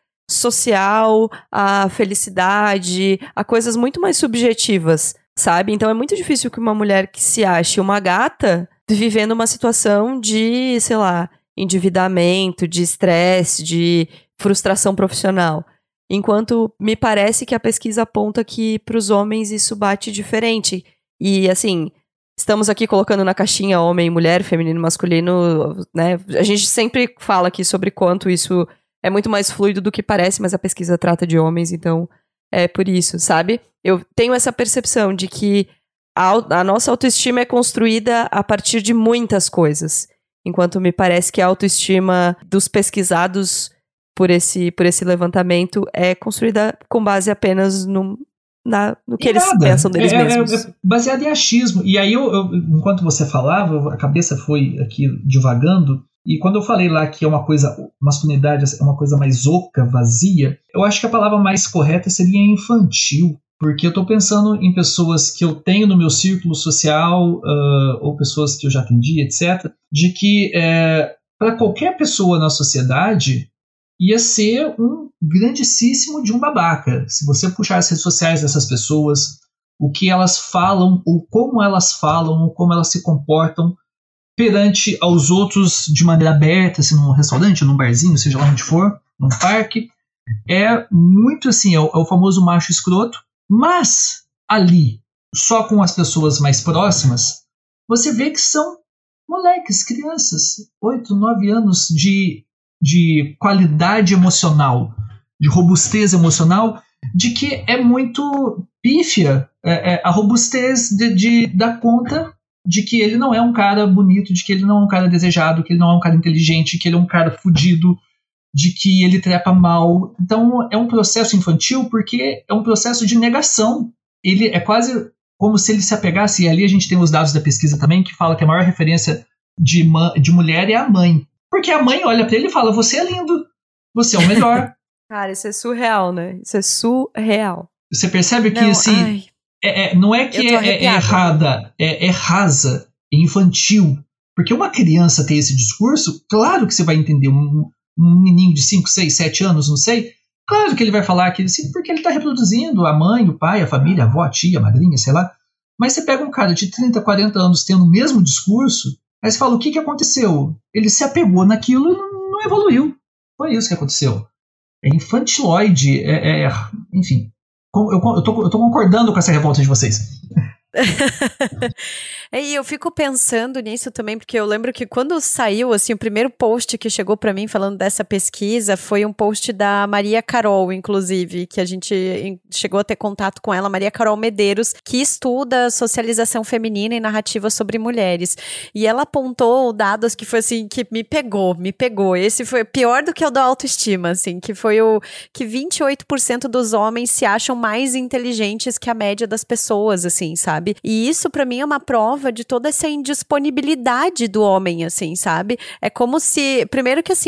social, à felicidade, a coisas muito mais subjetivas, sabe? Então é muito difícil que uma mulher que se ache uma gata vivendo uma situação de, sei lá, endividamento, de estresse, de frustração profissional. Enquanto me parece que a pesquisa aponta que para os homens isso bate diferente. E, assim, estamos aqui colocando na caixinha homem e mulher, feminino e masculino, né? A gente sempre fala aqui sobre quanto isso é muito mais fluido do que parece, mas a pesquisa trata de homens, então é por isso, sabe? Eu tenho essa percepção de que a, a nossa autoestima é construída a partir de muitas coisas, enquanto me parece que a autoestima dos pesquisados por esse, por esse levantamento é construída com base apenas no, na, no que e eles nada. pensam deles é, mesmos. É, é baseado em achismo. E aí, eu, eu, enquanto você falava, a cabeça foi aqui divagando, e quando eu falei lá que é uma coisa, masculinidade é uma coisa mais oca, vazia, eu acho que a palavra mais correta seria infantil. Porque eu estou pensando em pessoas que eu tenho no meu círculo social, uh, ou pessoas que eu já atendi, etcétera, de que é, para qualquer pessoa na sociedade ia ser um grandíssimo de um babaca. Se você puxar as redes sociais dessas pessoas, o que elas falam, ou como elas falam, ou como elas se comportam perante aos outros de maneira aberta, assim, num restaurante, num barzinho, seja lá onde for, num parque, é muito assim, é o, é o famoso macho escroto. Mas ali, só com as pessoas mais próximas, você vê que são moleques, crianças, oito, nove anos de, de qualidade emocional, de robustez emocional, de que é muito pífia é, é, a robustez de, de dar conta de que ele não é um cara bonito, de que ele não é um cara desejado, que ele não é um cara inteligente, que ele é um cara fudido, de que ele trepa mal. Então é um processo infantil porque é um processo de negação. Ele é quase como se ele se apegasse, e ali a gente tem os dados da pesquisa também, que fala que a maior referência de, de mulher é a mãe. Porque a mãe olha pra ele e fala, você é lindo, você é o melhor. Cara, isso é surreal, né? Isso é surreal. Você percebe que, não, assim, é, é, não é que é, é errada, é, é rasa, é infantil. Porque uma criança ter esse discurso, claro que você vai entender. Um, um menininho de cinco, seis, sete anos, não sei, claro que ele vai falar aquilo assim, porque ele está reproduzindo a mãe, o pai, a família, a avó, a tia, a madrinha, sei lá. Mas você pega um cara de trinta, quarenta anos tendo o mesmo discurso, aí você fala, o que, que aconteceu? Ele se apegou naquilo e não, não evoluiu. Foi isso que aconteceu. É infantiloide, é, é, enfim. Eu, eu, tô, eu tô concordando com essa revolta de vocês. E eu fico pensando nisso também, porque eu lembro que quando saiu, assim, o primeiro post que chegou pra mim falando dessa pesquisa foi um post da Maria Carol, inclusive, que a gente chegou a ter contato com ela, Maria Carol Medeiros, que estuda socialização feminina e narrativa sobre mulheres. E ela apontou dados que foi assim, que me pegou, me pegou. Esse foi pior do que o da autoestima, assim, que foi o que vinte e oito por cento dos homens se acham mais inteligentes que a média das pessoas, assim, sabe? E isso pra mim é uma prova de toda essa indisponibilidade do homem, assim, sabe? É como se, primeiro que assim, né,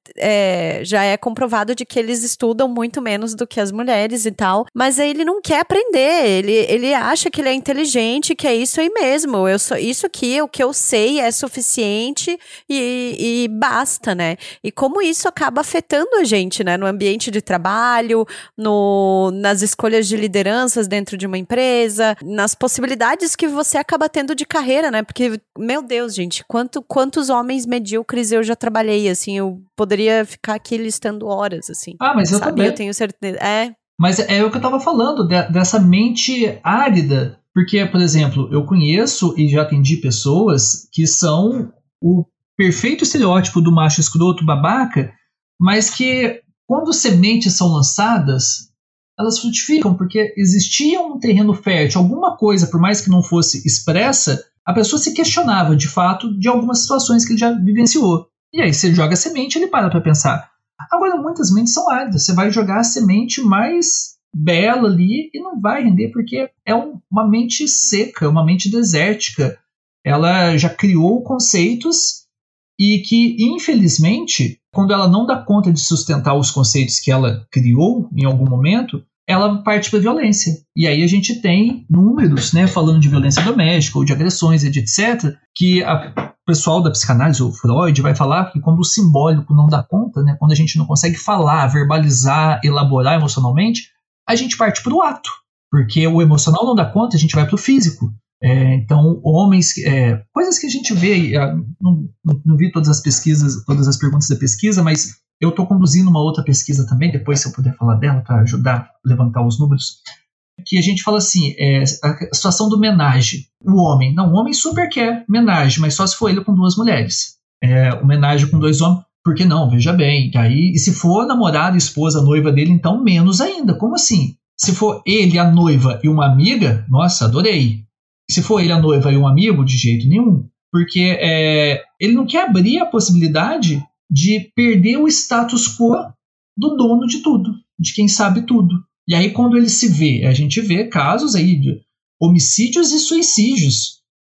é, já é comprovado de que eles estudam muito menos do que as mulheres e tal, mas aí ele não quer aprender, ele, ele acha que ele é inteligente, que é isso aí mesmo, eu sou, isso aqui, o que eu sei é suficiente e, e basta, né? E como isso acaba afetando a gente, né? No ambiente de trabalho, no, nas escolhas de lideranças dentro de uma empresa, nas possibilidades que você acaba tendo de carreira, né? Porque, meu Deus, gente, quanto, quantos homens medíocres eu já trabalhei, assim, eu poderia ficar aqui listando horas, assim. Ah, mas eu sabe? também. Eu tenho certeza. É. Mas é o que eu tava falando, de, dessa mente árida. Porque, por exemplo, eu conheço e já atendi pessoas que são o perfeito estereótipo do macho escroto babaca, mas que quando sementes são lançadas, elas frutificam, porque existia um terreno fértil, alguma coisa, por mais que não fosse expressa, a pessoa se questionava, de fato, de algumas situações que ele já vivenciou. E aí você joga a semente e ele para para pensar. Agora, muitas mentes são áridas. Você vai jogar a semente mais bela ali e não vai render, porque é um, uma mente seca, uma mente desértica. Ela já criou conceitos e que, infelizmente, quando ela não dá conta de sustentar os conceitos que ela criou em algum momento, ela parte para a violência. E aí a gente tem números, né, falando de violência doméstica ou de agressões, etcétera, que a o pessoal da psicanálise, o Freud, vai falar que quando o simbólico não dá conta, né, quando a gente não consegue falar, verbalizar, elaborar emocionalmente, a gente parte para o ato. Porque o emocional não dá conta, a gente vai para o físico. É, então, homens... É, coisas que a gente vê... Não, não, não vi todas as pesquisas, todas as perguntas da pesquisa, mas eu estou conduzindo uma outra pesquisa também, depois se eu puder falar dela, para ajudar a levantar os números, que a gente fala assim, é, a situação do menage. O homem, não, o homem super quer menage, mas só se for ele com duas mulheres. É, o menage com dois homens, por que não? Veja bem. Aí, e se for namorada, esposa, noiva dele, então menos ainda. Como assim? Se for ele, a noiva e uma amiga, nossa, adorei. Se for ele, a noiva e um amigo, de jeito nenhum. Porque é, ele não quer abrir a possibilidade de perder o status quo do dono de tudo, de quem sabe tudo. E aí, quando ele se vê, a gente vê casos aí de homicídios e suicídios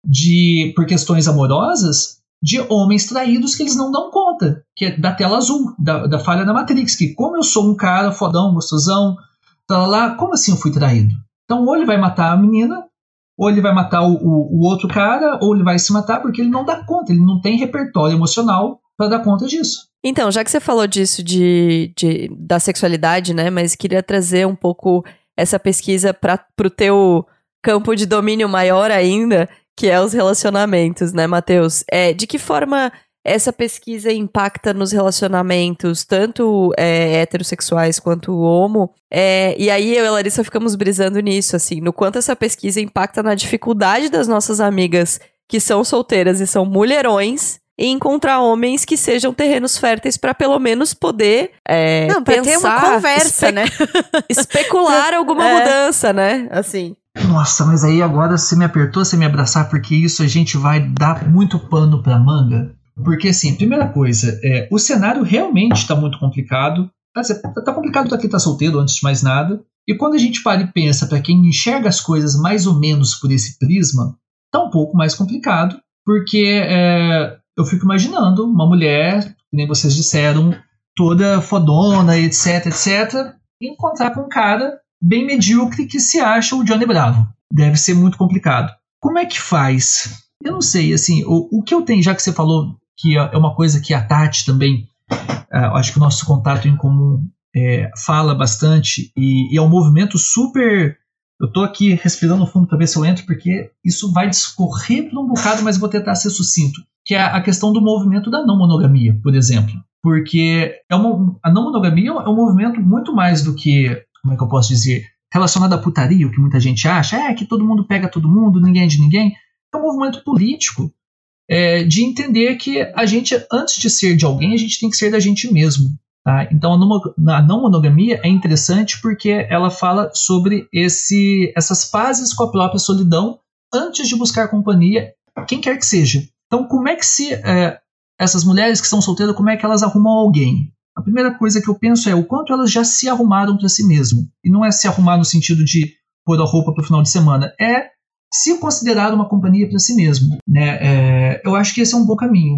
de, por questões amorosas de homens traídos que eles não dão conta, que é da tela azul, da, da falha da Matrix, que como eu sou um cara fodão, gostosão, tá lá, como assim eu fui traído? Então, ou ele vai matar a menina, ou ele vai matar o, o, o outro cara, ou ele vai se matar porque ele não dá conta, ele não tem repertório emocional para dar conta disso. Então, já que você falou disso de, de, da sexualidade, né, mas queria trazer um pouco essa pesquisa para o teu campo de domínio maior ainda, que é os relacionamentos, né, Matheus? É, de que forma essa pesquisa impacta nos relacionamentos, tanto é, heterossexuais quanto homo? É, e aí eu e a Larissa ficamos brisando nisso, assim, no quanto essa pesquisa impacta na dificuldade das nossas amigas que são solteiras e são mulherões, e encontrar homens que sejam terrenos férteis para pelo menos poder é, Não, pra pensar, ter uma conversa, espe- né? especular alguma é. mudança, né? Assim. Nossa, mas aí agora você me apertou, você me abraçar, porque isso a gente vai dar muito pano pra manga. Porque assim, primeira coisa, é, o cenário realmente está muito complicado. Tá, tá complicado pra quem tá solteiro, antes de mais nada. E quando a gente para e pensa para quem enxerga as coisas mais ou menos por esse prisma, tá um pouco mais complicado, porque é, eu fico imaginando uma mulher, que nem vocês disseram, toda fodona, etc, etc, e encontrar com um cara bem medíocre que se acha o Johnny Bravo. Deve ser muito complicado. Como é que faz? Eu não sei, assim, o, o que eu tenho, já que você falou que é uma coisa que a Tati também, uh, acho que o nosso contato em comum é, fala bastante, e, e é um movimento super... Eu tô aqui respirando fundo para ver se eu entro, porque isso vai discorrer por um bocado, mas vou tentar ser sucinto. Que é a questão do movimento da não monogamia, por exemplo. Porque é uma, a não monogamia é um movimento muito mais do que, como é que eu posso dizer, relacionado à putaria, o que muita gente acha, é que todo mundo pega todo mundo, ninguém é de ninguém. É um movimento político é, de entender que a gente, antes de ser de alguém, a gente tem que ser da gente mesmo. Tá? Então a não monogamia é interessante porque ela fala sobre esse, essas pazes com a própria solidão antes de buscar companhia, quem quer que seja. Então como é que se é, essas mulheres que são solteiras, como é que elas arrumam alguém? A primeira coisa que eu penso é o quanto elas já se arrumaram para si mesmo. E não é se arrumar no sentido de pôr a roupa para o final de semana, é se considerar uma companhia para si mesmo. Né? É, eu acho que esse é um bom caminho.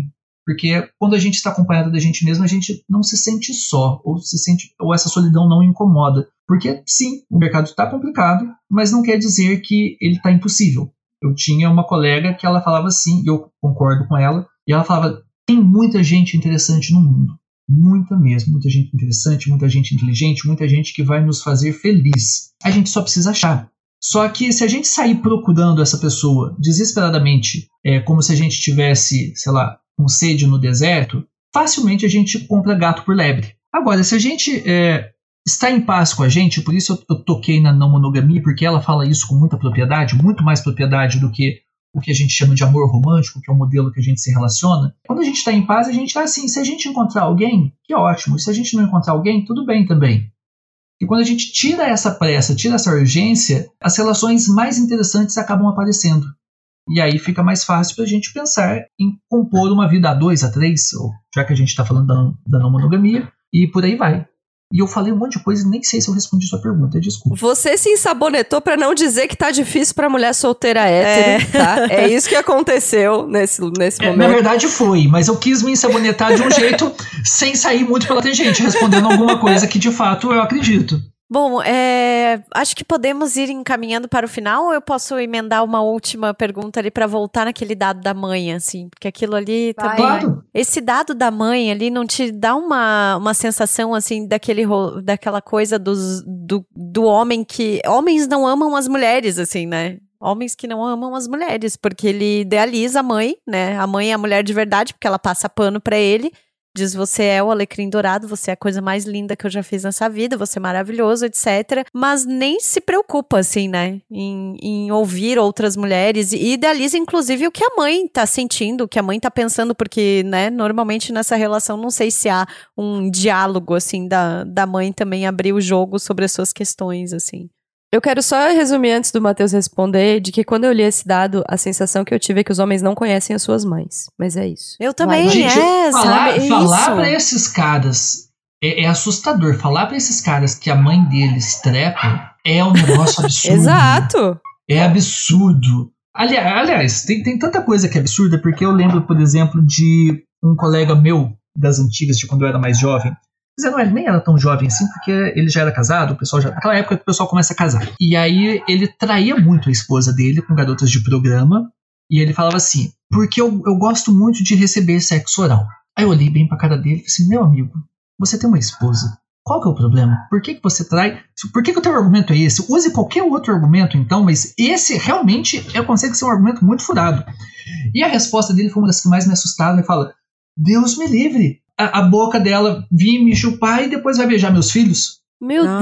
Porque quando a gente está acompanhado da gente mesmo, a gente não se sente só, ou se sente, ou essa solidão não incomoda. Porque, sim, o mercado está complicado, mas não quer dizer que ele está impossível. Eu tinha uma colega que ela falava assim, e eu concordo com ela, e ela falava, tem muita gente interessante no mundo. Muita mesmo, muita gente interessante, muita gente inteligente, muita gente que vai nos fazer feliz. A gente só precisa achar. Só que se a gente sair procurando essa pessoa desesperadamente, é, como se a gente tivesse, sei lá, com sede no deserto, facilmente a gente compra gato por lebre. Agora, se a gente é, está em paz com a gente, por isso eu, eu toquei na não monogamia, porque ela fala isso com muita propriedade, muito mais propriedade do que o que a gente chama de amor romântico, que é o modelo que a gente se relaciona. Quando a gente está em paz, a gente está assim, se a gente encontrar alguém, que ótimo, e se a gente não encontrar alguém, tudo bem também. E quando a gente tira essa pressa, tira essa urgência, as relações mais interessantes acabam aparecendo. E aí fica mais fácil para a gente pensar em compor uma vida a dois, a três, ou, já que a gente está falando da, da não monogamia, e por aí vai. E eu falei um monte de coisa e nem sei se eu respondi sua pergunta, desculpa. Você se ensabonetou pra não dizer que tá difícil pra mulher solteira hétero, é. tá? É isso que aconteceu nesse, nesse é, momento. Na verdade foi, mas eu quis me ensabonetar de um jeito sem sair muito pela tangente, respondendo alguma coisa que de fato eu acredito. Bom, é, acho que podemos ir encaminhando para o final, ou eu posso emendar uma última pergunta ali para voltar naquele dado da mãe, assim, porque aquilo ali Vai. também... Claro. Esse dado da mãe ali não te dá uma, uma sensação, assim, daquele, daquela coisa dos, do, do homem que... Homens não amam as mulheres, assim, né? Homens que não amam as mulheres, porque ele idealiza a mãe, né? A mãe é a mulher de verdade, porque ela passa pano para ele. Diz, você é o alecrim dourado, você é a coisa mais linda que eu já fiz nessa vida, você é maravilhoso, etcétera. Mas nem se preocupa, assim, né, em, em ouvir outras mulheres e idealiza, inclusive, o que a mãe tá sentindo, o que a mãe tá pensando, porque, né, normalmente nessa relação não sei se há um diálogo, assim, da, da mãe também abrir o jogo sobre as suas questões, assim. Eu quero só resumir antes do Matheus responder, de que quando eu li esse dado, a sensação que eu tive é que os homens não conhecem as suas mães. Mas é isso. Eu também, Vai, gente, é, falar, sabe? Falar isso. pra esses caras é, é assustador. Falar pra esses caras que a mãe deles trepa é um negócio absurdo. Exato. É absurdo. Ali, aliás, tem, tem tanta coisa que é absurda, porque eu lembro, por exemplo, de um colega meu das antigas, de quando eu era mais jovem. Mas não, ele nem era tão jovem assim, porque ele já era casado, o pessoal já, naquela época que o pessoal começa a casar. E aí ele traía muito a esposa dele com garotas de programa, e ele falava assim, porque eu, eu gosto muito de receber sexo oral. Aí eu olhei bem pra cara dele e falei assim, meu amigo, você tem uma esposa, qual que é o problema? Por que, que você trai? Por que, que o teu argumento é esse? Use qualquer outro argumento então, mas esse realmente eu consigo ser um argumento muito furado. E a resposta dele foi uma das que mais me assustaram, ele fala, Deus me livre. A, a boca dela vir me chupar e depois vai beijar meus filhos. Meu ah,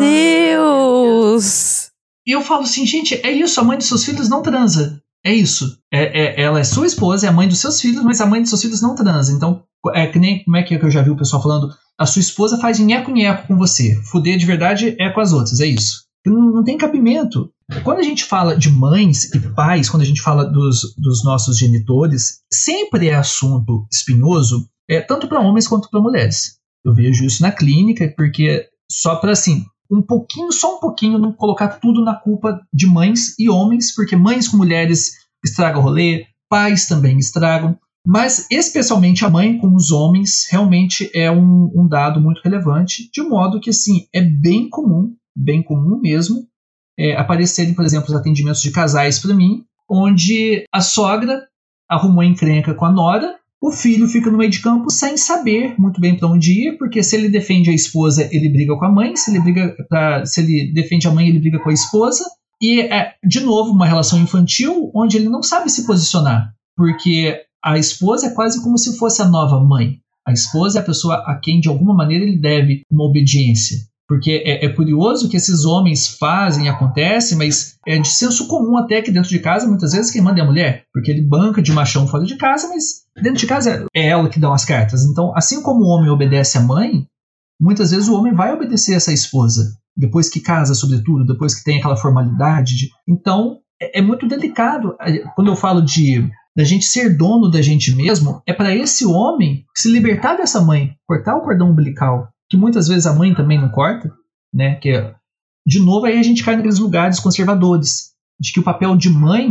Deus! E eu falo assim, gente, é isso, a mãe dos seus filhos não transa. É isso. É, é, ela é sua esposa, é a mãe dos seus filhos, mas a mãe dos seus filhos não transa. Então, é que nem como é que eu já vi o pessoal falando, a sua esposa faz nheco-nheco com você. Fuder de verdade é com as outras, é isso. Não, não tem cabimento. Quando a gente fala de mães e pais, quando a gente fala dos, dos nossos genitores, sempre é assunto espinhoso, é, tanto para homens quanto para mulheres. Eu vejo isso na clínica, porque só para assim, um pouquinho, só um pouquinho, não colocar tudo na culpa de mães e homens, porque mães com mulheres estragam o rolê, pais também estragam, mas especialmente a mãe com os homens realmente é um, um dado muito relevante, de modo que assim, é bem comum, bem comum mesmo, é, aparecerem, por exemplo, os atendimentos de casais para mim, onde a sogra arrumou encrenca com a nora, o filho fica no meio de campo sem saber muito bem para onde ir, porque se ele defende a esposa, ele briga com a mãe, se ele, briga pra, se ele defende a mãe, ele briga com a esposa, e é, de novo, uma relação infantil onde ele não sabe se posicionar, porque a esposa é quase como se fosse a nova mãe. A esposa é a pessoa a quem, de alguma maneira, ele deve uma obediência. Porque é, é curioso que esses homens fazem, acontece, mas é de senso comum até que dentro de casa, muitas vezes, quem manda é a mulher. Porque ele banca de machão fora de casa, mas dentro de casa é ela que dá as cartas. Então, assim como o homem obedece à mãe, muitas vezes o homem vai obedecer essa esposa. Depois que casa, sobretudo, depois que tem aquela formalidade. De... Então, é, é muito delicado. Quando eu falo de da gente ser dono da gente mesmo, é para esse homem se libertar dessa mãe, cortar o cordão umbilical, que muitas vezes a mãe também não corta, né? Que, de novo, aí a gente cai naqueles lugares conservadores, de que o papel de mãe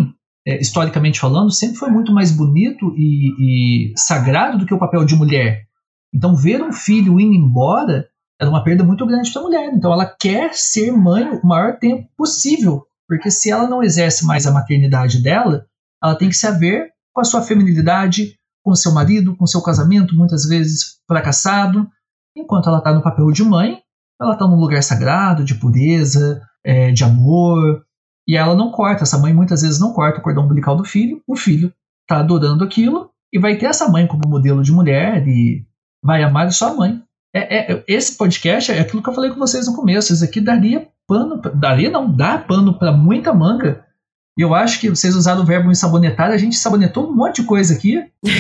é, historicamente falando, sempre foi muito mais bonito e, e sagrado do que o papel de mulher. Então, ver um filho indo embora era uma perda muito grande para a mulher. Então, ela quer ser mãe o maior tempo possível, porque se ela não exerce mais a maternidade dela, ela tem que se haver com a sua feminilidade, com o seu marido, com o seu casamento, muitas vezes fracassado. Enquanto ela está no papel de mãe, ela está num lugar sagrado, de pureza, é, de amor, e ela não corta, essa mãe muitas vezes não corta o cordão umbilical do filho, o filho está adorando aquilo, e vai ter essa mãe como modelo de mulher, e vai amar sua mãe. É, é, esse podcast é aquilo que eu falei com vocês no começo, isso aqui daria pano, daria não, dá pano para muita manga, e eu acho que vocês usaram o verbo ensabonetar, a gente sabonetou um monte de coisa aqui,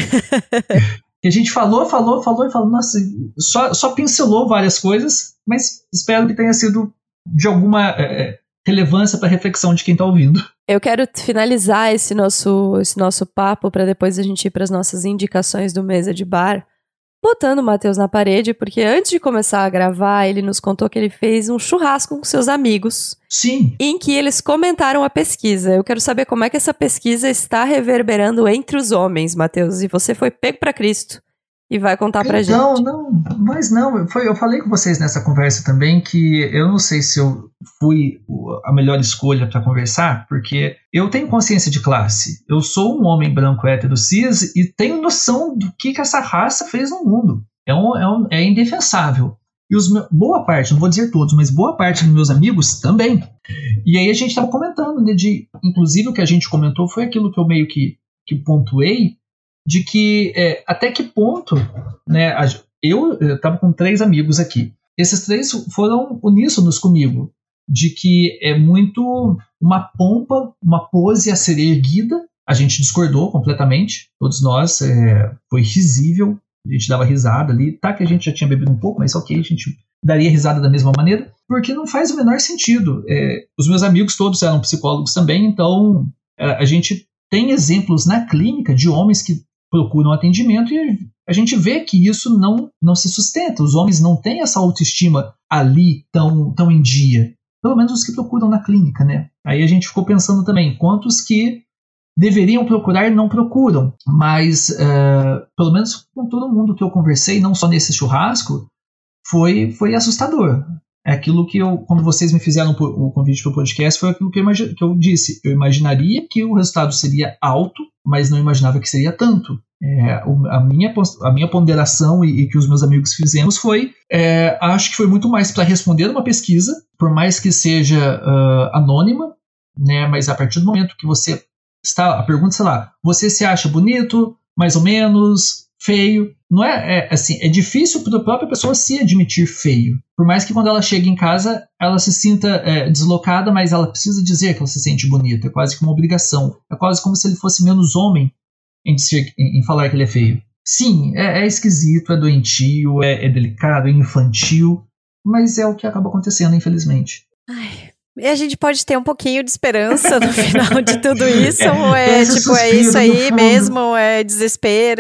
que a gente falou, falou, falou, e falou, nossa, só, só pincelou várias coisas, mas espero que tenha sido de alguma é, relevância para a reflexão de quem está ouvindo. Eu quero finalizar esse nosso, esse nosso papo para depois a gente ir para as nossas indicações do Mesa de Bar, botando o Matheus na parede, porque antes de começar a gravar, ele nos contou que ele fez um churrasco com seus amigos. Sim. Em que eles comentaram a pesquisa. Eu quero saber como é que essa pesquisa está reverberando entre os homens, Matheus. E você foi pego para Cristo e vai contar pra gente. Não, não, mas não. Foi, eu falei com vocês nessa conversa também que eu não sei se eu fui a melhor escolha para conversar, porque eu tenho consciência de classe. Eu sou um homem branco hétero cis e tenho noção do que, que essa raça fez no mundo. É, um, é, um, é indefensável. E os meus, boa parte, não vou dizer todos, mas boa parte dos meus amigos também. E aí a gente estava comentando, né, de, inclusive o que a gente comentou foi aquilo que eu meio que, que pontuei, de que é, até que ponto, né, a, eu estava com três amigos aqui. Esses três foram uníssonos comigo, de que é muito uma pompa, uma pose a ser erguida. A gente discordou completamente, todos nós, é, foi risível, a gente dava risada ali, tá que a gente já tinha bebido um pouco, mas ok, a gente daria risada da mesma maneira, porque não faz o menor sentido. É, os meus amigos todos eram psicólogos também, então a, a gente tem exemplos na clínica de homens que procuram atendimento e a gente vê que isso não, não se sustenta. Os homens não têm essa autoestima ali tão, tão em dia. Pelo menos os que procuram na clínica, né? Aí a gente ficou pensando também, quantos que deveriam procurar e não procuram. Mas, uh, pelo menos com todo mundo que eu conversei, não só nesse churrasco, foi, foi assustador. É aquilo que eu, quando vocês me fizeram o convite para o podcast, foi aquilo que eu, imagi- que eu disse. Eu imaginaria que o resultado seria alto, mas não imaginava que seria tanto. É, a, minha, a minha ponderação e, e que os meus amigos fizemos foi, é, acho que foi muito mais para responder uma pesquisa, por mais que seja uh, anônima, né, mas a partir do momento que você está, a pergunta, sei lá, você se acha bonito, mais ou menos, feio? Não é, é assim, é difícil para a própria pessoa se admitir feio. Por mais que quando ela chega em casa, ela se sinta é, deslocada, mas ela precisa dizer que ela se sente bonita. É quase que uma obrigação. É quase como se ele fosse menos homem em, dizer, em, em falar que ele é feio. Sim, é, é esquisito, é doentio, é, é delicado, é infantil, mas é o que acaba acontecendo, infelizmente. Ai... E a gente pode ter um pouquinho de esperança no final de tudo isso? Ou é Esse tipo, é isso aí fundo, mesmo? Ou é desespero?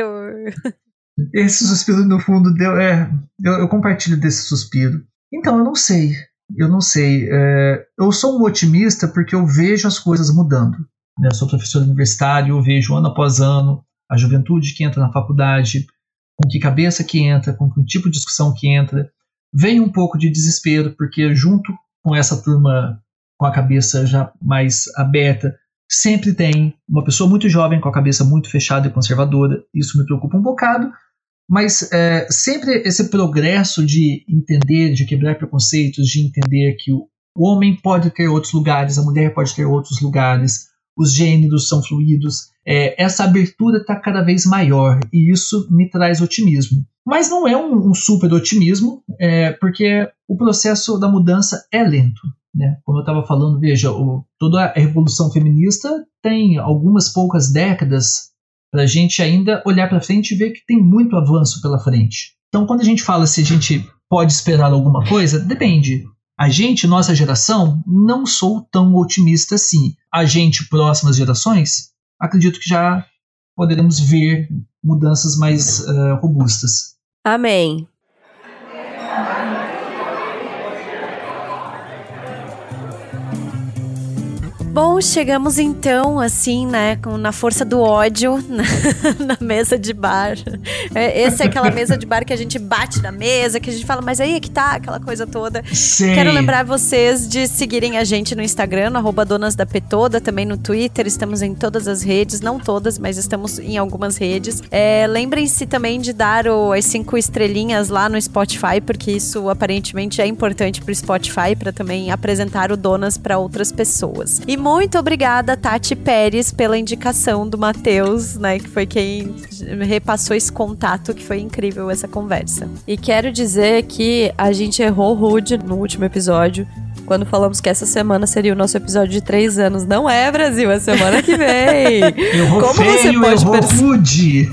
Esse suspiro no fundo deu. É, eu, eu compartilho desse suspiro. Então, eu não sei. Eu não sei. É, eu sou um otimista porque eu vejo as coisas mudando. Né? Eu sou professor universitário, eu vejo ano após ano a juventude que entra na faculdade, com que cabeça que entra, com que tipo de discussão que entra. Vem um pouco de desespero, porque junto com essa turma com a cabeça já mais aberta, sempre tem uma pessoa muito jovem com a cabeça muito fechada e conservadora. Isso me preocupa um bocado, mas é, sempre esse progresso de entender, de quebrar preconceitos, de entender que o, o homem pode ter outros lugares, a mulher pode ter outros lugares, os gêneros são fluidos, é, essa abertura está cada vez maior e isso me traz otimismo. Mas não é um, um super otimismo, é, porque o processo da mudança é lento. Né? Como eu estava falando, veja, o, toda a revolução feminista tem algumas poucas décadas para a gente ainda olhar para frente e ver que tem muito avanço pela frente. Então, quando a gente fala se a gente pode esperar alguma coisa, depende. A gente, nossa geração, não sou tão otimista assim. A gente, próximas gerações, acredito que já poderemos ver mudanças mais uh, robustas. Amém. Bom, chegamos então, assim, né, com, na força do ódio, na, na mesa de bar. Essa é aquela mesa de bar que a gente bate na mesa, que a gente fala, mas aí é que tá, aquela coisa toda. Sim. Quero lembrar vocês de seguirem a gente no Instagram, no arroba Donas da Petoda, também no Twitter, estamos em todas as redes, não todas, mas estamos em algumas redes. É, lembrem-se também de dar o, as cinco estrelinhas lá no Spotify, porque isso aparentemente é importante pro Spotify, para também apresentar o Donas para outras pessoas. E muito obrigada, Tati Pérez, pela indicação do Matheus, né, que foi quem repassou esse contato, que foi incrível essa conversa. E quero dizer que a gente errou rude no último episódio, quando falamos que essa semana seria o nosso episódio de três anos. Não é, Brasil, é semana que vem. Errou Como feio, você pode errou perce- rude.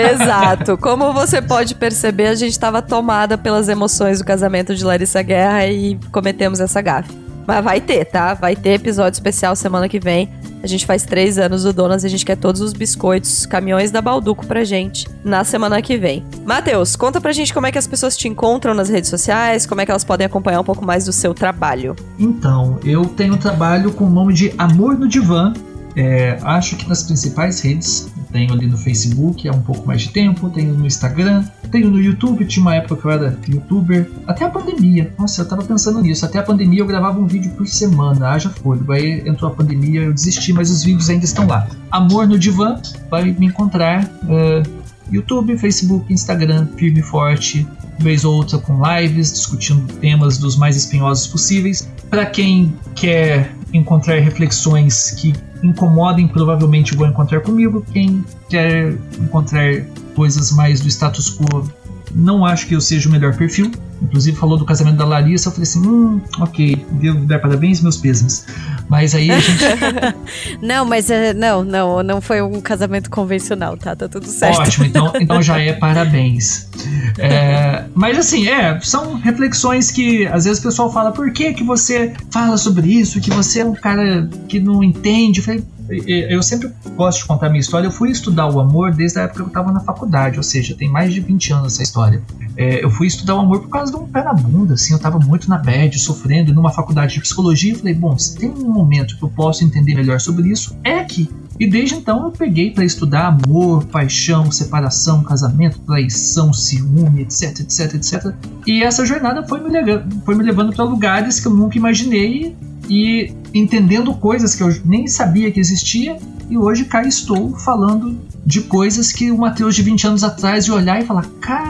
Exato. Como você pode perceber, a gente estava tomada pelas emoções do casamento de Larissa Guerra e cometemos essa gafe. Mas vai ter, tá? Vai ter episódio especial semana que vem. A gente faz três anos do Donas e a gente quer todos os biscoitos, caminhões da Balduco pra gente na semana que vem. Matheus, conta pra gente como é que as pessoas te encontram nas redes sociais, como é que elas podem acompanhar um pouco mais do seu trabalho. Então, eu tenho um trabalho com o nome de Amor no Divã. É, acho que nas principais redes, tenho ali no Facebook há um pouco mais de tempo, tenho no Instagram, tenho no YouTube, tinha uma época que eu era youtuber, até a pandemia, nossa, eu tava pensando nisso, até a pandemia eu gravava um vídeo por semana, haja fôlego, aí entrou a pandemia, eu desisti, mas os vídeos ainda estão lá. Amor no Divã, vai me encontrar, uh, YouTube, Facebook, Instagram, firme e forte, vez ou outra com lives, discutindo temas dos mais espinhosos possíveis. Para quem quer encontrar reflexões que incomodem, provavelmente vão encontrar comigo. Quem quer encontrar coisas mais do status quo, não acho que eu seja o melhor perfil. Inclusive falou do casamento da Larissa, eu falei assim, hum, ok, devo dar parabéns, meus pêsames. Mas aí a gente... Não, mas é, não, não, não foi um casamento convencional, tá? Tá tudo certo. Ótimo, então, então já é parabéns. É, mas assim, é, são reflexões que às vezes o pessoal fala, por que que você fala sobre isso, que você é um cara que não entende? Eu falei, eu sempre gosto de contar a minha história. Eu fui estudar o amor desde a época que eu estava na faculdade, ou seja, tem mais de vinte anos essa história. É, eu fui estudar o amor por causa de um pé na bunda, assim, eu estava muito na bad, sofrendo, numa faculdade de psicologia. Eu falei, bom, se tem um momento que eu posso entender melhor sobre isso, é aqui. E desde então eu peguei para estudar amor, paixão, separação, casamento, traição, ciúme, etc, etc, etc. E essa jornada foi me levando, foi me levando para lugares que eu nunca imaginei e entendendo coisas que eu nem sabia que existia. E hoje cá estou falando de coisas que o Matheus de vinte anos atrás ia olhar e falar,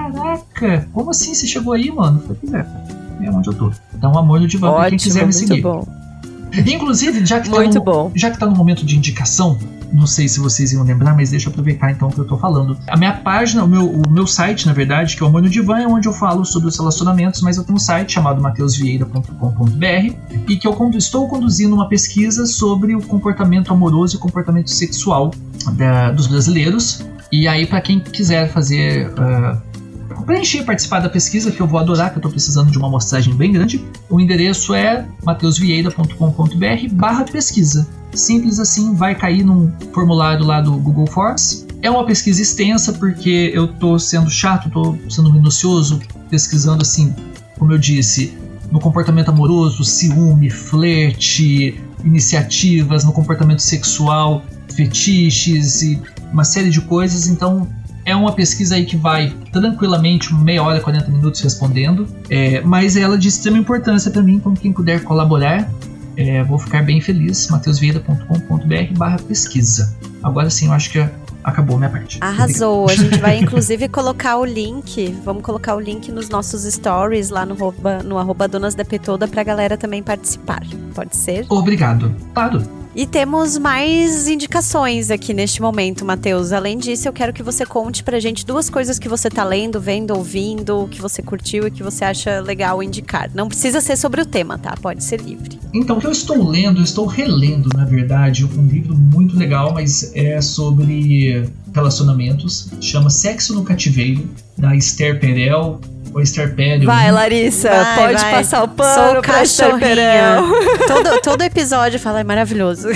caraca, como assim você chegou aí, mano? Eu falei, é, é onde eu tô. Então, amor no divã pra quem quiser me seguir. Bom. Inclusive, já que, muito tá no, bom. já que tá no momento de indicação, não sei se vocês iam lembrar, mas deixa eu aproveitar então o que eu tô falando. A minha página, o meu, o meu site, na verdade, que é o Amor no Divã, é onde eu falo sobre os relacionamentos, mas eu tenho um site chamado mateus vieira ponto com ponto b r e que eu condu- estou conduzindo uma pesquisa sobre o comportamento amoroso e comportamento sexual da, dos brasileiros. E aí, para quem quiser fazer... Uh, preencher, participar da pesquisa, que eu vou adorar, que eu tô precisando de uma amostragem bem grande, o endereço é mateus vieira ponto com ponto b r barra pesquisa. Simples assim, vai cair num formulário lá do Google Forms. É uma pesquisa extensa porque eu tô sendo chato, tô sendo minucioso, pesquisando assim, como eu disse, no comportamento amoroso, ciúme, flerte, iniciativas, no comportamento sexual, fetiches e uma série de coisas. Então é uma pesquisa aí que vai tranquilamente meia hora, quarenta minutos respondendo, é, mas ela é de extrema importância para mim, então quem puder colaborar, é, vou ficar bem feliz. mateus vieira ponto com ponto b r barra pesquisa. Agora sim, eu acho que acabou a minha parte. Arrasou. Obrigado. A gente vai inclusive colocar o link, vamos colocar o link nos nossos stories lá no, arroba, no arroba Donas da Petoda pra galera também participar. Pode ser? Obrigado. Claro. E temos mais indicações aqui neste momento, Matheus. Além disso, eu quero que você conte pra gente duas coisas que você tá lendo, vendo, ouvindo, que você curtiu e que você acha legal indicar. Não precisa ser sobre o tema, tá? Pode ser livre. Então, o que eu estou lendo, eu estou relendo, na verdade, um livro muito legal, mas é sobre relacionamentos. Chama Sexo no Cativeiro, da Esther Perel. Ou Esther Perel. Vai, Larissa, vai, pode vai. passar o pano Sou pra Esther Perel. todo, todo episódio fala, é maravilhoso.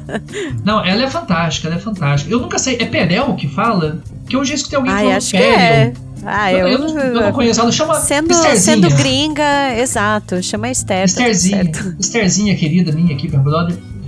Não, ela é fantástica, ela é fantástica. Eu nunca sei, é Perel que fala? Que hoje eu escutei alguém Ai, falando acho Perel. que é. Ah, eu, eu, eu, eu não conheço, ela chama sendo, Estherzinha. sendo gringa, exato, chama Esther. Estherzinha, Estherzinha, querida minha aqui, meu brother.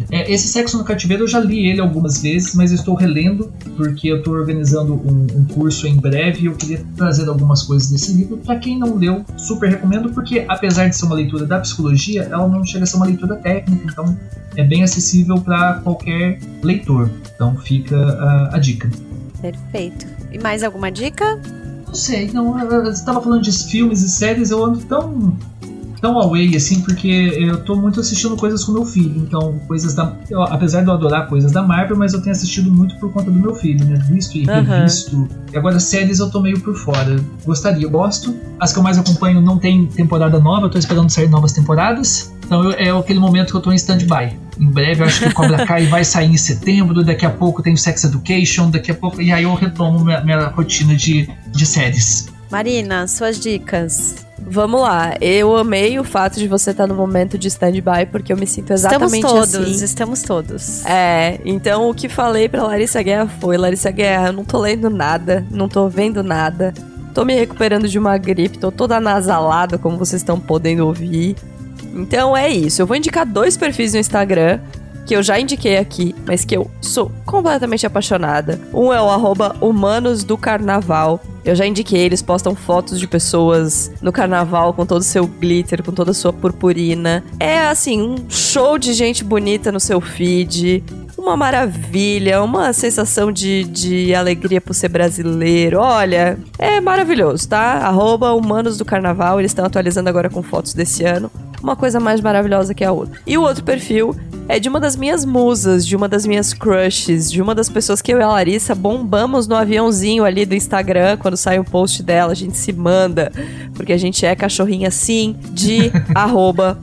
É, esse Sexo no Cativeiro eu já li ele algumas vezes, mas eu estou relendo porque eu estou organizando um, um curso em breve e eu queria trazer algumas coisas desse livro. Para quem não leu, super recomendo, porque apesar de ser uma leitura da psicologia, ela não chega a ser uma leitura técnica, então é bem acessível para qualquer leitor. Então fica a, a dica. Perfeito. E mais alguma dica? Não sei, não, você estava falando de filmes e séries, eu ando tão... tão away, assim, porque eu tô muito assistindo coisas com meu filho, então coisas da... Eu, apesar de eu adorar coisas da Marvel, mas eu tenho assistido muito por conta do meu filho, né? Visto e revisto. Uhum. E agora séries eu tô meio por fora. Gostaria, eu gosto. As que eu mais acompanho não tem temporada nova, eu tô esperando sair novas temporadas. Então eu, é aquele momento que eu tô em stand-by. Em breve eu acho que o Cobra Kai vai sair em setembro, daqui a pouco tem o Sex Education, daqui a pouco... E aí eu retomo minha, minha rotina de, de séries. Marina, suas dicas... Vamos lá, eu amei o fato de você estar no momento de stand-by, porque eu me sinto exatamente estamos todos, assim. Estamos todos, É, então o que falei pra Larissa Guerra foi, Larissa Guerra, eu não tô lendo nada, não tô vendo nada, tô me recuperando de uma gripe, tô toda anasalada, como vocês estão podendo ouvir. Então é isso, eu vou indicar dois perfis no Instagram, que eu já indiquei aqui, mas que eu sou completamente apaixonada. Um é o arroba Humanos do Carnaval. Eu já indiquei, eles postam fotos de pessoas no carnaval com todo o seu glitter, com toda a sua purpurina. É, assim, um show de gente bonita no seu feed. Uma maravilha, uma sensação de, de alegria por ser brasileiro. Olha, é maravilhoso, tá? Arroba Humanos do Carnaval, eles estão atualizando agora com fotos desse ano. Uma coisa mais maravilhosa que a outra. E o outro perfil é de uma das minhas musas, de uma das minhas crushes, de uma das pessoas que eu e a Larissa bombamos no aviãozinho ali do Instagram, quando sai um post dela, a gente se manda, porque a gente é cachorrinha sim, de arroba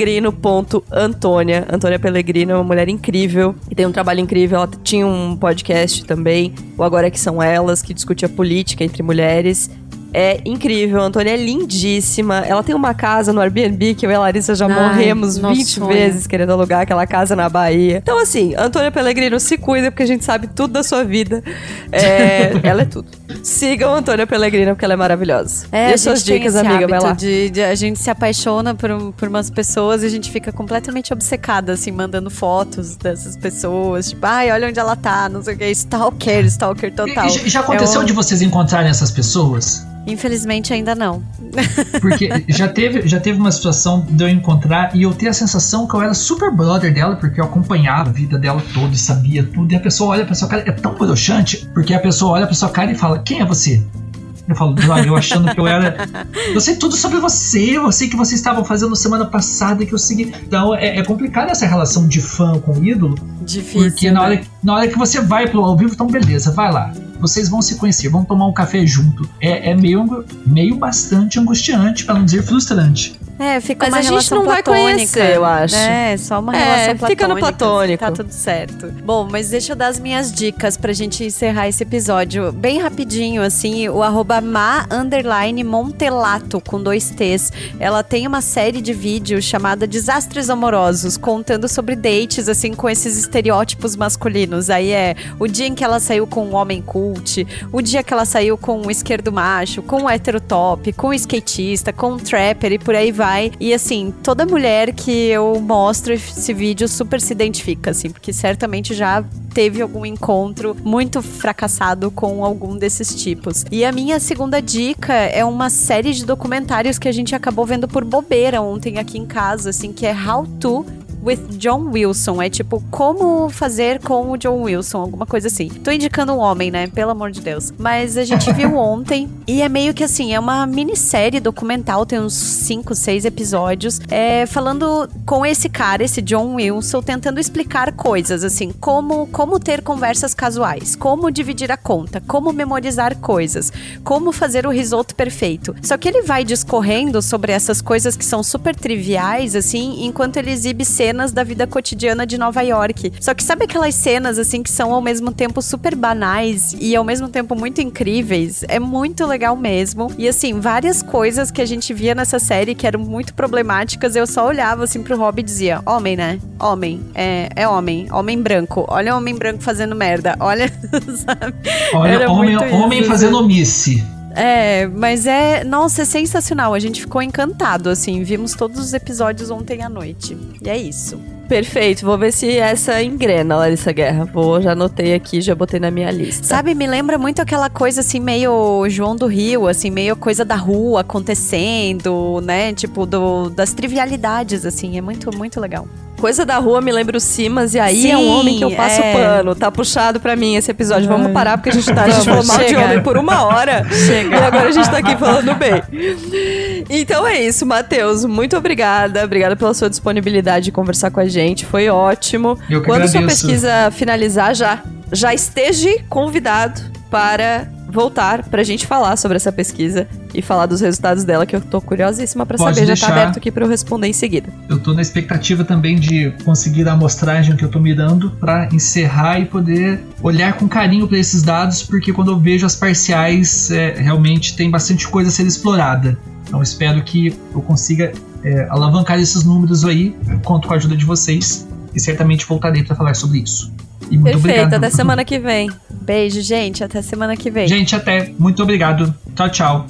pelegrino.antônia. Antônia Pellegrino é uma mulher incrível, e tem um trabalho incrível, ela tinha um podcast também, o Agora é que São Elas, que discutia política entre mulheres. É incrível, a Antônia é lindíssima. Ela tem uma casa no Airbnb que eu e a Larissa já Ai, morremos vinte sonho. vezes querendo alugar aquela casa na Bahia. Então, assim, Antônia Pellegrino, se cuida, porque a gente sabe tudo da sua vida. É, ela é tudo. Sigam a Antônia Pellegrino, porque ela é maravilhosa. É, e as suas dicas, amiga, vai lá. De, de, a gente se apaixona por, por umas pessoas e a gente fica completamente obcecada, assim, mandando fotos dessas pessoas. Tipo, ai, olha onde ela tá, não sei o que. Stalker, stalker total. E, e já aconteceu é um... de vocês encontrarem essas pessoas? Infelizmente ainda não. Porque já teve, já teve uma situação de eu encontrar e eu ter a sensação que eu era super brother dela, porque eu acompanhava a vida dela toda e sabia tudo. E a pessoa olha pra sua cara, é tão broxante, porque a pessoa olha pra sua cara e fala, quem é você? Eu falo, eu achando que eu era... Eu sei tudo sobre você, eu sei que vocês estavam fazendo semana passada que eu segui. Então é, é complicado essa relação de fã com ídolo. Difícil, porque né? na hora, na hora que você vai pro ao vivo, então beleza, vai lá. Vocês vão se conhecer, vão tomar um café junto. É, é meio, meio bastante angustiante, pra não dizer frustrante. É, fica Mas uma a gente relação não vai platônica, conhecer, eu acho. É, só uma é, relação platônica. Fica no platônico. Tá tudo certo. Bom, mas deixa eu dar as minhas dicas pra gente encerrar esse episódio. Bem rapidinho, assim, o arroba ma, underline, montelato, com dois T's. Ela tem uma série de vídeos chamada Desastres Amorosos, contando sobre dates, assim, com esses estereótipos masculinos. Aí é o dia em que ela saiu com um homem cult, o dia que ela saiu com um esquerdo macho, com um hétero top, com um skatista, com um trapper e por aí vai. E assim, toda mulher que eu mostro esse vídeo super se identifica, assim, porque certamente já teve algum encontro muito fracassado com algum desses tipos. E a minha segunda dica é uma série de documentários que a gente acabou vendo por bobeira ontem aqui em casa, assim, que é How To with John Wilson. É tipo, como fazer com o John Wilson, alguma coisa assim. Tô indicando um homem, né? Pelo amor de Deus. Mas a gente viu ontem e é meio que assim, é uma minissérie documental, tem uns cinco, seis episódios, é, falando com esse cara, esse John Wilson, tentando explicar coisas, assim, como, como ter conversas casuais, como dividir a conta, como memorizar coisas, como fazer o risoto perfeito. Só que ele vai discorrendo sobre essas coisas que são super triviais, assim, enquanto ele exibe cenas da vida cotidiana de Nova York. Só que sabe aquelas cenas, assim, que são ao mesmo tempo super banais e ao mesmo tempo muito incríveis? É muito legal mesmo. E assim, várias coisas que a gente via nessa série que eram muito problemáticas, eu só olhava assim pro Rob e dizia, homem, né? Homem. É, é homem. Homem branco. Olha o homem branco fazendo merda. Olha, sabe? Olha, Era homem, homem fazendo omisse. É, mas é... Nossa, é sensacional. A gente ficou encantado, assim. Vimos todos os episódios ontem à noite. E é isso. Perfeito, vou ver se essa engrena, Larissa Guerra. Vou, já anotei aqui, já botei na minha lista. Sabe, me lembra muito aquela coisa assim, meio João do Rio, assim, meio coisa da rua acontecendo, né? Tipo, do, das trivialidades, assim, é muito, muito legal. Coisa da rua me lembra o Simas, e aí Sim, é um homem que eu passo é. pano. Tá puxado pra mim esse episódio. Vamos parar, porque a gente tá a gente falou mal de chega. homem por uma hora. Chega. E agora a gente tá aqui falando bem. Então é isso, Matheus. Muito obrigada. Obrigada pela sua disponibilidade de conversar com a gente. Foi ótimo. Eu que Quando agradeço. sua pesquisa finalizar, já, já esteja convidado para voltar pra gente falar sobre essa pesquisa e falar dos resultados dela, que eu tô curiosíssima pra Pode saber. deixar. Já tá aberto aqui pra eu responder em seguida. Eu tô na expectativa também de conseguir a amostragem que eu tô mirando para encerrar e poder olhar com carinho para esses dados, porque quando eu vejo as parciais, é, realmente tem bastante coisa a ser explorada. Então espero que eu consiga é, alavancar esses números aí, conto com a ajuda de vocês e certamente voltarei para falar sobre isso. E muito Perfeito, obrigado. até semana que vem. Beijo, gente. Até semana que vem. Gente, até. Muito obrigado. Tchau, tchau.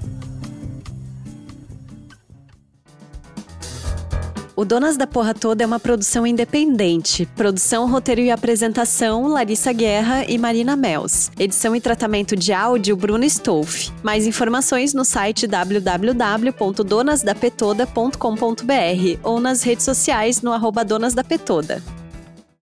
O Donas da Porra Toda é uma produção independente. Produção, roteiro e apresentação, Larissa Guerra e Marina Mels. Edição e tratamento de áudio, Bruno Stolf. Mais informações no site w w w ponto donas da petoda ponto com ponto b r ou nas redes sociais no arroba Donas da Petoda.